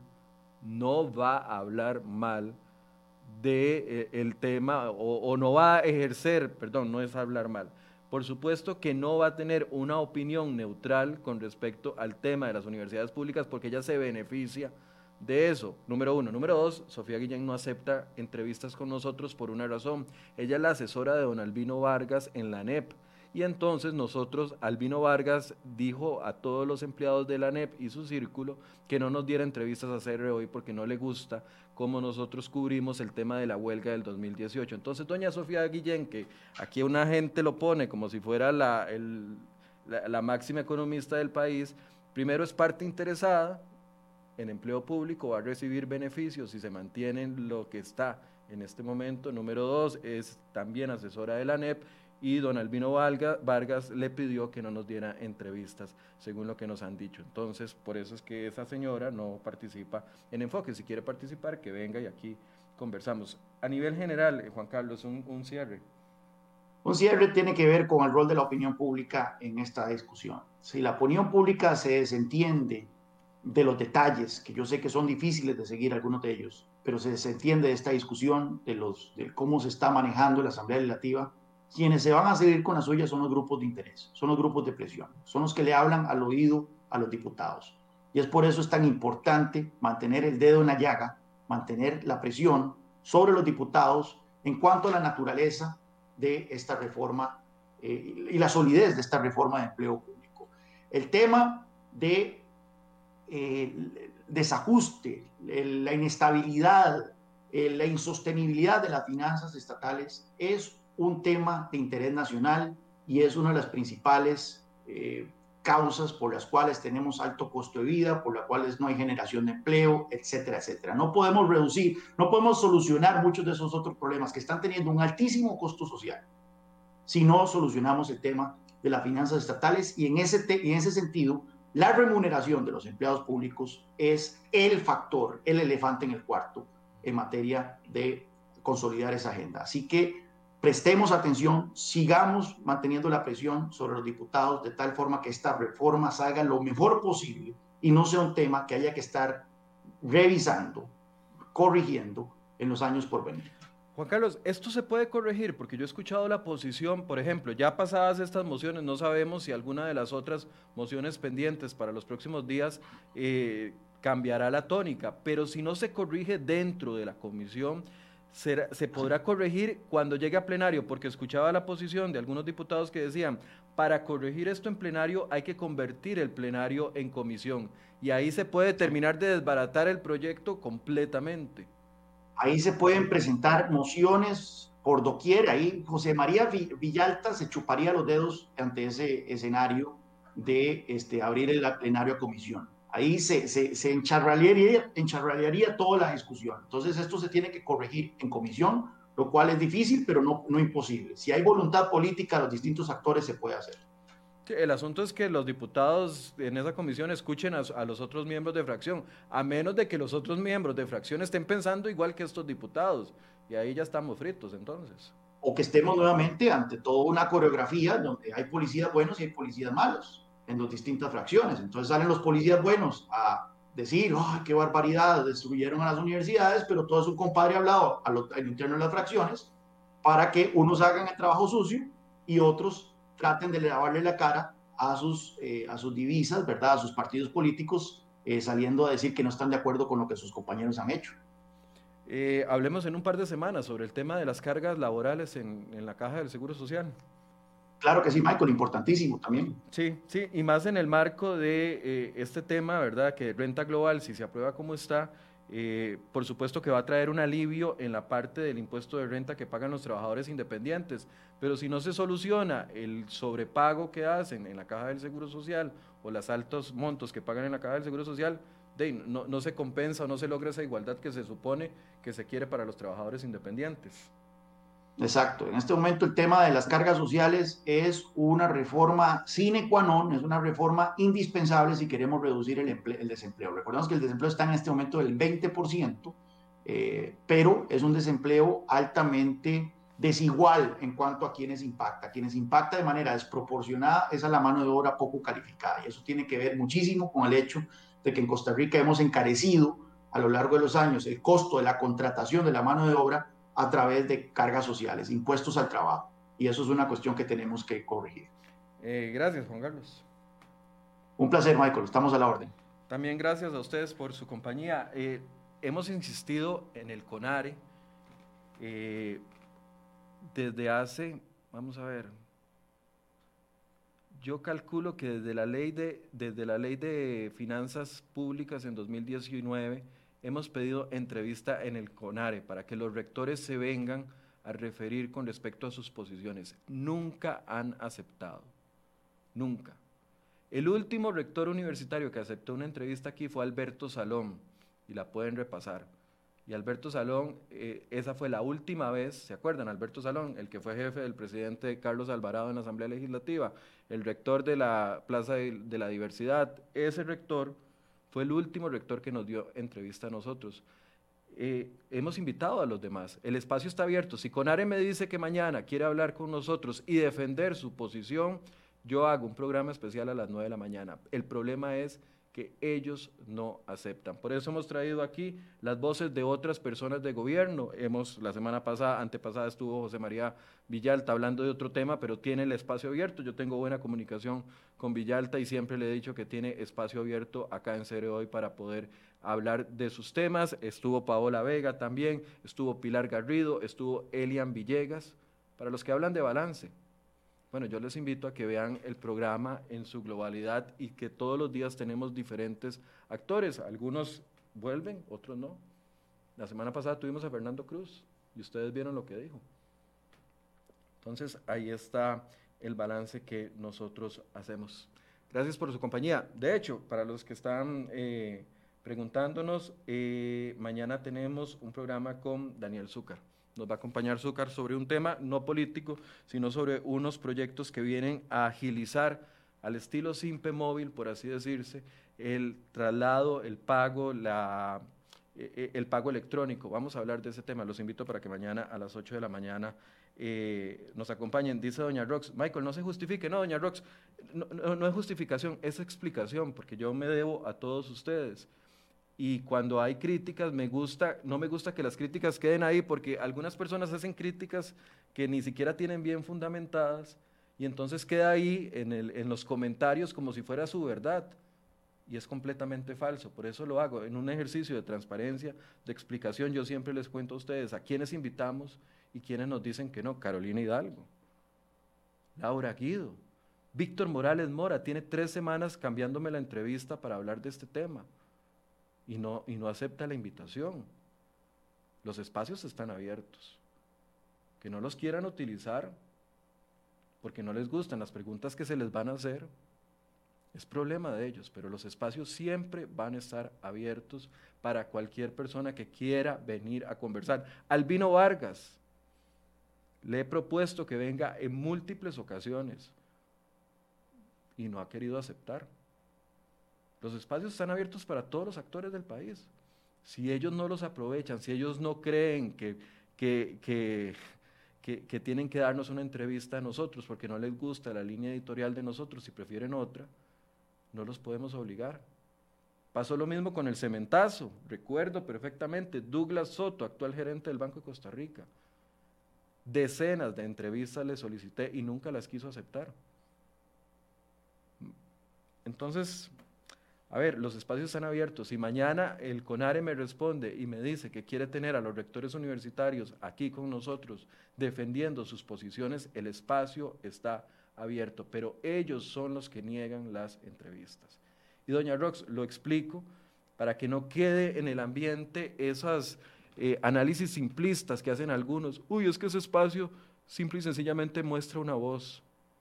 de el tema, o no va a ejercer, perdón, no es hablar mal, por supuesto que no va a tener una opinión neutral con respecto al tema de las universidades públicas, porque ella se beneficia de eso, número uno. Número dos, Sofía Guillén no acepta entrevistas con nosotros por una razón. Ella es la asesora de don Albino Vargas en la ANEP, y entonces nosotros, Albino Vargas dijo a todos los empleados de la ANEP y su círculo que no nos diera entrevistas a CR hoy, porque no le gusta cómo nosotros cubrimos el tema de la huelga del 2018. Entonces, doña Sofía Guillén, que aquí una gente lo pone como si fuera la máxima economista del país, primero es parte interesada en empleo público, va a recibir beneficios si se mantiene en lo que está en este momento. Número dos, es también asesora de la ANEP, y don Albino Vargas le pidió que no nos diera entrevistas, según lo que nos han dicho. Entonces, por eso es que esa señora no participa en Enfoque. Si quiere participar, que venga y aquí conversamos. A nivel general, Juan Carlos, un cierre. Un cierre tiene que ver con el rol de la opinión pública en esta discusión. Si la opinión pública se desentiende de los detalles, que yo sé que son difíciles de seguir algunos de ellos, pero se desentiende de esta discusión de cómo se está manejando la Asamblea Legislativa, quienes se van a seguir con la suya son los grupos de interés, son los grupos de presión, son los que le hablan al oído a los diputados. Y es por eso es tan importante mantener el dedo en la llaga, mantener la presión sobre los diputados en cuanto a la naturaleza de esta reforma y la solidez de esta reforma de empleo público. El tema de desajuste, la inestabilidad, la insostenibilidad de las finanzas estatales es un tema de interés nacional y es una de las principales causas por las cuales tenemos alto costo de vida, por las cuales no hay generación de empleo, etcétera, etcétera. No podemos reducir, no podemos solucionar muchos de esos otros problemas que están teniendo un altísimo costo social si no solucionamos el tema de las finanzas estatales y en ese sentido la remuneración de los empleados públicos es el factor, el elefante en el cuarto en materia de consolidar esa agenda. Así que prestemos atención, sigamos manteniendo la presión sobre los diputados de tal forma que esta reforma salga lo mejor posible y no sea un tema que haya que estar revisando, corrigiendo en los años por venir. Juan Carlos, ¿esto se puede corregir? Porque yo he escuchado la posición, por ejemplo, ya pasadas estas mociones, no sabemos si alguna de las otras mociones pendientes para los próximos días cambiará la tónica, pero si no se corrige dentro de la comisión, se podrá corregir cuando llegue a plenario, porque escuchaba la posición de algunos diputados que decían, para corregir esto en plenario hay que convertir el plenario en comisión, y ahí se puede terminar de desbaratar el proyecto completamente. Ahí se pueden presentar mociones por doquier. Ahí José María Villalta se chuparía los dedos ante ese escenario de abrir el plenario a comisión. Ahí se encharralearía toda la discusión. Entonces esto se tiene que corregir en comisión, lo cual es difícil, pero no imposible. Si hay voluntad política, los distintos actores se puede hacer. El asunto es que los diputados en esa comisión escuchen a los otros miembros de fracción, a menos de que los otros miembros de fracción estén pensando igual que estos diputados, y ahí ya estamos fritos entonces. O que estemos nuevamente ante toda una coreografía donde hay policías buenos y hay policías malos en las distintas fracciones. Entonces salen los policías buenos a decir, ¡oh, qué barbaridad! Destruyeron a las universidades, pero todo es un compadre hablado al interno de las fracciones para que unos hagan el trabajo sucio y otros traten de lavarle la cara a sus divisas, ¿verdad? A sus partidos políticos, saliendo a decir que no están de acuerdo con lo que sus compañeros han hecho. Hablemos en un par de semanas sobre el tema de las cargas laborales en la Caja del Seguro Social. Claro que sí, Michael, importantísimo también. Sí, sí, y más en el marco de este tema, ¿verdad? Que renta global, si se aprueba como está, por supuesto que va a traer un alivio en la parte del impuesto de renta que pagan los trabajadores independientes, pero si no se soluciona el sobrepago que hacen en la Caja del Seguro Social o los altos montos que pagan en la Caja del Seguro Social, no se compensa o no se logra esa igualdad que se supone que se quiere para los trabajadores independientes. Exacto. En este momento el tema de las cargas sociales es una reforma sine qua non, es una reforma indispensable si queremos reducir el desempleo. Recordemos que el desempleo está en este momento del 20%, pero es un desempleo altamente desigual en cuanto a quienes impacta. Quienes impacta de manera desproporcionada es a la mano de obra poco calificada. Y eso tiene que ver muchísimo con el hecho de que en Costa Rica hemos encarecido a lo largo de los años el costo de la contratación de la mano de obra a través de cargas sociales, impuestos al trabajo. Y eso es una cuestión que tenemos que corregir. Gracias, Juan Carlos. Un placer, Michael. Estamos a la orden. También gracias a ustedes por su compañía. Hemos insistido en el CONARE desde hace, vamos a ver, yo calculo que desde la ley de finanzas públicas en 2019 hemos pedido entrevista en el CONARE para que los rectores se vengan a referir con respecto a sus posiciones. Nunca han aceptado, nunca. El último rector universitario que aceptó una entrevista aquí fue Alberto Salón, y la pueden repasar. Y Alberto Salón, esa fue la última vez, ¿se acuerdan? Alberto Salón, el que fue jefe del presidente Carlos Alvarado en la Asamblea Legislativa, el rector de la Plaza de la Diversidad, ese rector fue el último rector que nos dio entrevista a nosotros. hemos invitado a los demás. El espacio está abierto. Si Conare me dice que mañana quiere hablar con nosotros y defender su posición, yo hago un programa especial a las 9 de la mañana. El problema es que ellos no aceptan. Por eso hemos traído aquí las voces de otras personas de gobierno. La semana pasada, antepasada, estuvo José María Villalta hablando de otro tema, pero tiene el espacio abierto. Yo tengo buena comunicación con Villalta y siempre le he dicho que tiene espacio abierto acá en Cere Hoy para poder hablar de sus temas. Estuvo Paola Vega también, estuvo Pilar Garrido, estuvo Elian Villegas. Para los que hablan de balance, bueno, yo les invito a que vean el programa en su globalidad y que todos los días tenemos diferentes actores. Algunos vuelven, otros no. La semana pasada tuvimos a Fernando Cruz y ustedes vieron lo que dijo. Entonces, ahí está el balance que nosotros hacemos. Gracias por su compañía. De hecho, para los que están preguntándonos, mañana tenemos un programa con Daniel Zúcar. Nos va a acompañar Zúcar sobre un tema no político, sino sobre unos proyectos que vienen a agilizar al estilo Simpe Móvil, por así decirse, el traslado, el pago, el pago electrónico. Vamos a hablar de ese tema. Los invito para que mañana a las 8 de la mañana nos acompañen. Dice doña Rox, Michael, no se justifique. No, doña Rox, no es justificación, es explicación, porque yo me debo a todos ustedes. Y cuando hay críticas, no me gusta que las críticas queden ahí, porque algunas personas hacen críticas que ni siquiera tienen bien fundamentadas, y entonces queda ahí en los comentarios como si fuera su verdad, y es completamente falso. Por eso lo hago, en un ejercicio de transparencia, de explicación. Yo siempre les cuento a ustedes a quiénes invitamos y quiénes nos dicen que no. Carolina Hidalgo, Laura Guido, Víctor Morales Mora, tiene 3 semanas cambiándome la entrevista para hablar de este tema. Y no acepta la invitación. Los espacios están abiertos. Que no los quieran utilizar porque no les gustan las preguntas que se les van a hacer, es problema de ellos, pero los espacios siempre van a estar abiertos para cualquier persona que quiera venir a conversar. Albino Vargas, le he propuesto que venga en múltiples ocasiones y no ha querido aceptar. Los espacios están abiertos para todos los actores del país. Si ellos no los aprovechan, si ellos no creen que tienen que darnos una entrevista a nosotros porque no les gusta la línea editorial de nosotros y prefieren otra, no los podemos obligar. Pasó lo mismo con el cementazo. Recuerdo perfectamente, Douglas Soto, actual gerente del Banco de Costa Rica. Decenas de entrevistas le solicité y nunca las quiso aceptar. Entonces, a ver, los espacios están abiertos. Si mañana el CONARE me responde y me dice que quiere tener a los rectores universitarios aquí con nosotros defendiendo sus posiciones, el espacio está abierto, pero ellos son los que niegan las entrevistas. Y doña Rox, lo explico para que no quede en el ambiente esas análisis simplistas que hacen algunos. Uy, es que ese espacio simple y sencillamente muestra una voz.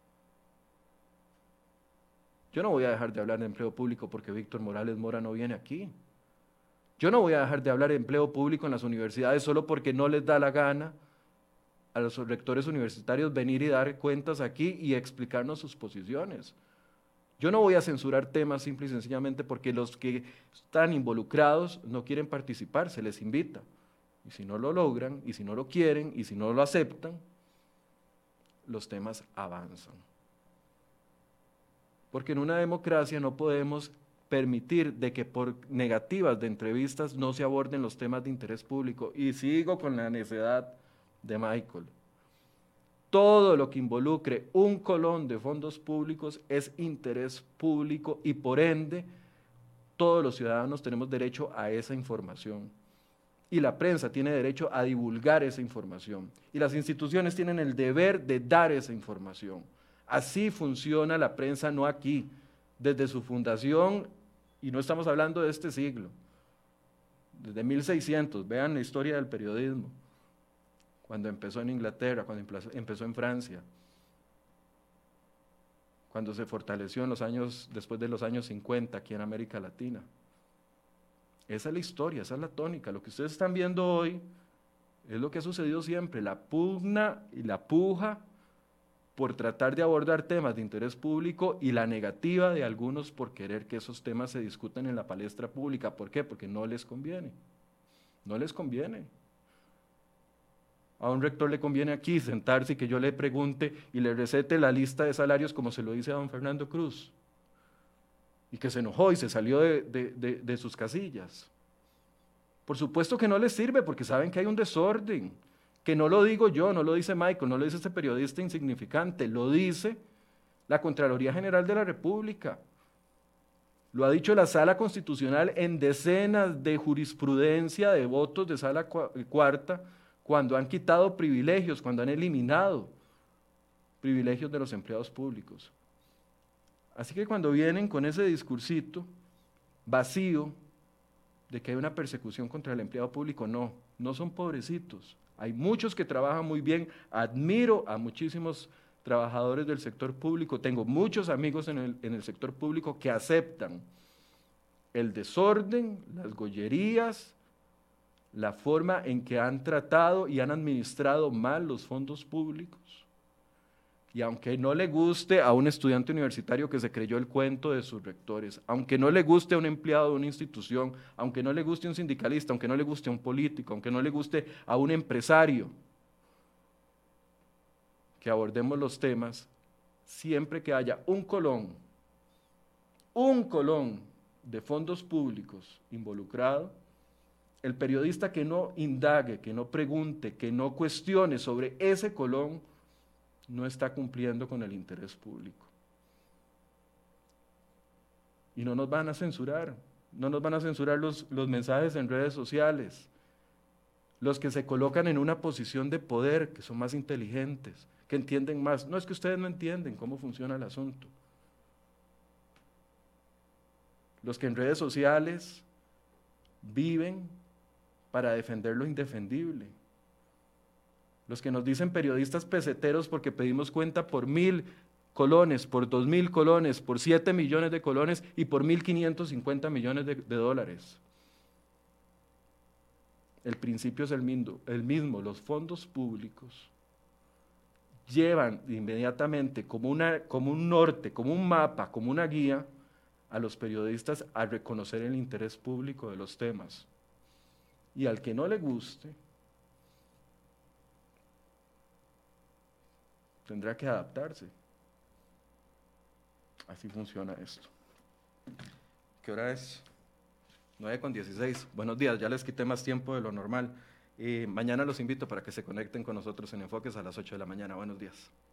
Yo no voy a dejar de hablar de empleo público porque Víctor Morales Mora no viene aquí. Yo no voy a dejar de hablar de empleo público en las universidades solo porque no les da la gana a los rectores universitarios venir y dar cuentas aquí y explicarnos sus posiciones. Yo no voy a censurar temas simple y sencillamente porque los que están involucrados no quieren participar, se les invita. Y si no lo logran, y si no lo quieren, y si no lo aceptan, los temas avanzan. Porque en una democracia no podemos permitir de que por negativas de entrevistas no se aborden los temas de interés público. Y sigo con la necedad de Michael. Todo lo que involucre un colón de fondos públicos es interés público y por ende todos los ciudadanos tenemos derecho a esa información. Y la prensa tiene derecho a divulgar esa información. Y las instituciones tienen el deber de dar esa información. Así funciona la prensa, no aquí, desde su fundación, y no estamos hablando de este siglo, desde 1600, vean la historia del periodismo, cuando empezó en Inglaterra, cuando empezó en Francia, cuando se fortaleció en los años, después de los años 50 aquí en América Latina. Esa es la historia, esa es la tónica. Lo que ustedes están viendo hoy es lo que ha sucedido siempre, la pugna y la puja por tratar de abordar temas de interés público y la negativa de algunos por querer que esos temas se discutan en la palestra pública. ¿Por qué? Porque no les conviene. No les conviene. A un rector le conviene aquí sentarse y que yo le pregunte y le recete la lista de salarios como se lo dice a don Fernando Cruz. Y que se enojó y se salió de sus casillas. Por supuesto que no les sirve porque saben que hay un desorden, que no lo digo yo, no lo dice Michael, no lo dice este periodista insignificante, lo dice la Contraloría General de la República. Lo ha dicho la Sala Constitucional en decenas de jurisprudencia de votos de Sala Cuarta, cuando han quitado privilegios, cuando han eliminado privilegios de los empleados públicos. Así que cuando vienen con ese discursito vacío de que hay una persecución contra el empleado público, no son pobrecitos. Hay muchos que trabajan muy bien, admiro a muchísimos trabajadores del sector público, tengo muchos amigos en el sector público que aceptan el desorden, las gollerías, la forma en que han tratado y han administrado mal los fondos públicos. Y aunque no le guste a un estudiante universitario que se creyó el cuento de sus rectores, aunque no le guste a un empleado de una institución, aunque no le guste a un sindicalista, aunque no le guste a un político, aunque no le guste a un empresario, que abordemos los temas, siempre que haya un colón de fondos públicos involucrado, el periodista que no indague, que no pregunte, que no cuestione sobre ese colón, no está cumpliendo con el interés público. Y no nos van a censurar, no nos van a censurar los mensajes en redes sociales, los que se colocan en una posición de poder, que son más inteligentes, que entienden más. No es que ustedes no entienden cómo funciona el asunto. Los que en redes sociales viven para defender lo indefendible. Los que nos dicen periodistas peseteros porque pedimos cuenta por 1.000 colones, por 2.000 colones, por 7 millones de colones y por 1.550 millones de dólares. El principio es el mismo. Los fondos públicos llevan inmediatamente como un norte, como un mapa, como una guía a los periodistas a reconocer el interés público de los temas. Y al que no le guste, tendrá que adaptarse. Así funciona esto. ¿Qué hora es? 9:16. Buenos días, ya les quité más tiempo de lo normal. Mañana los invito para que se conecten con nosotros en Enfoques a las 8 de la mañana. Buenos días.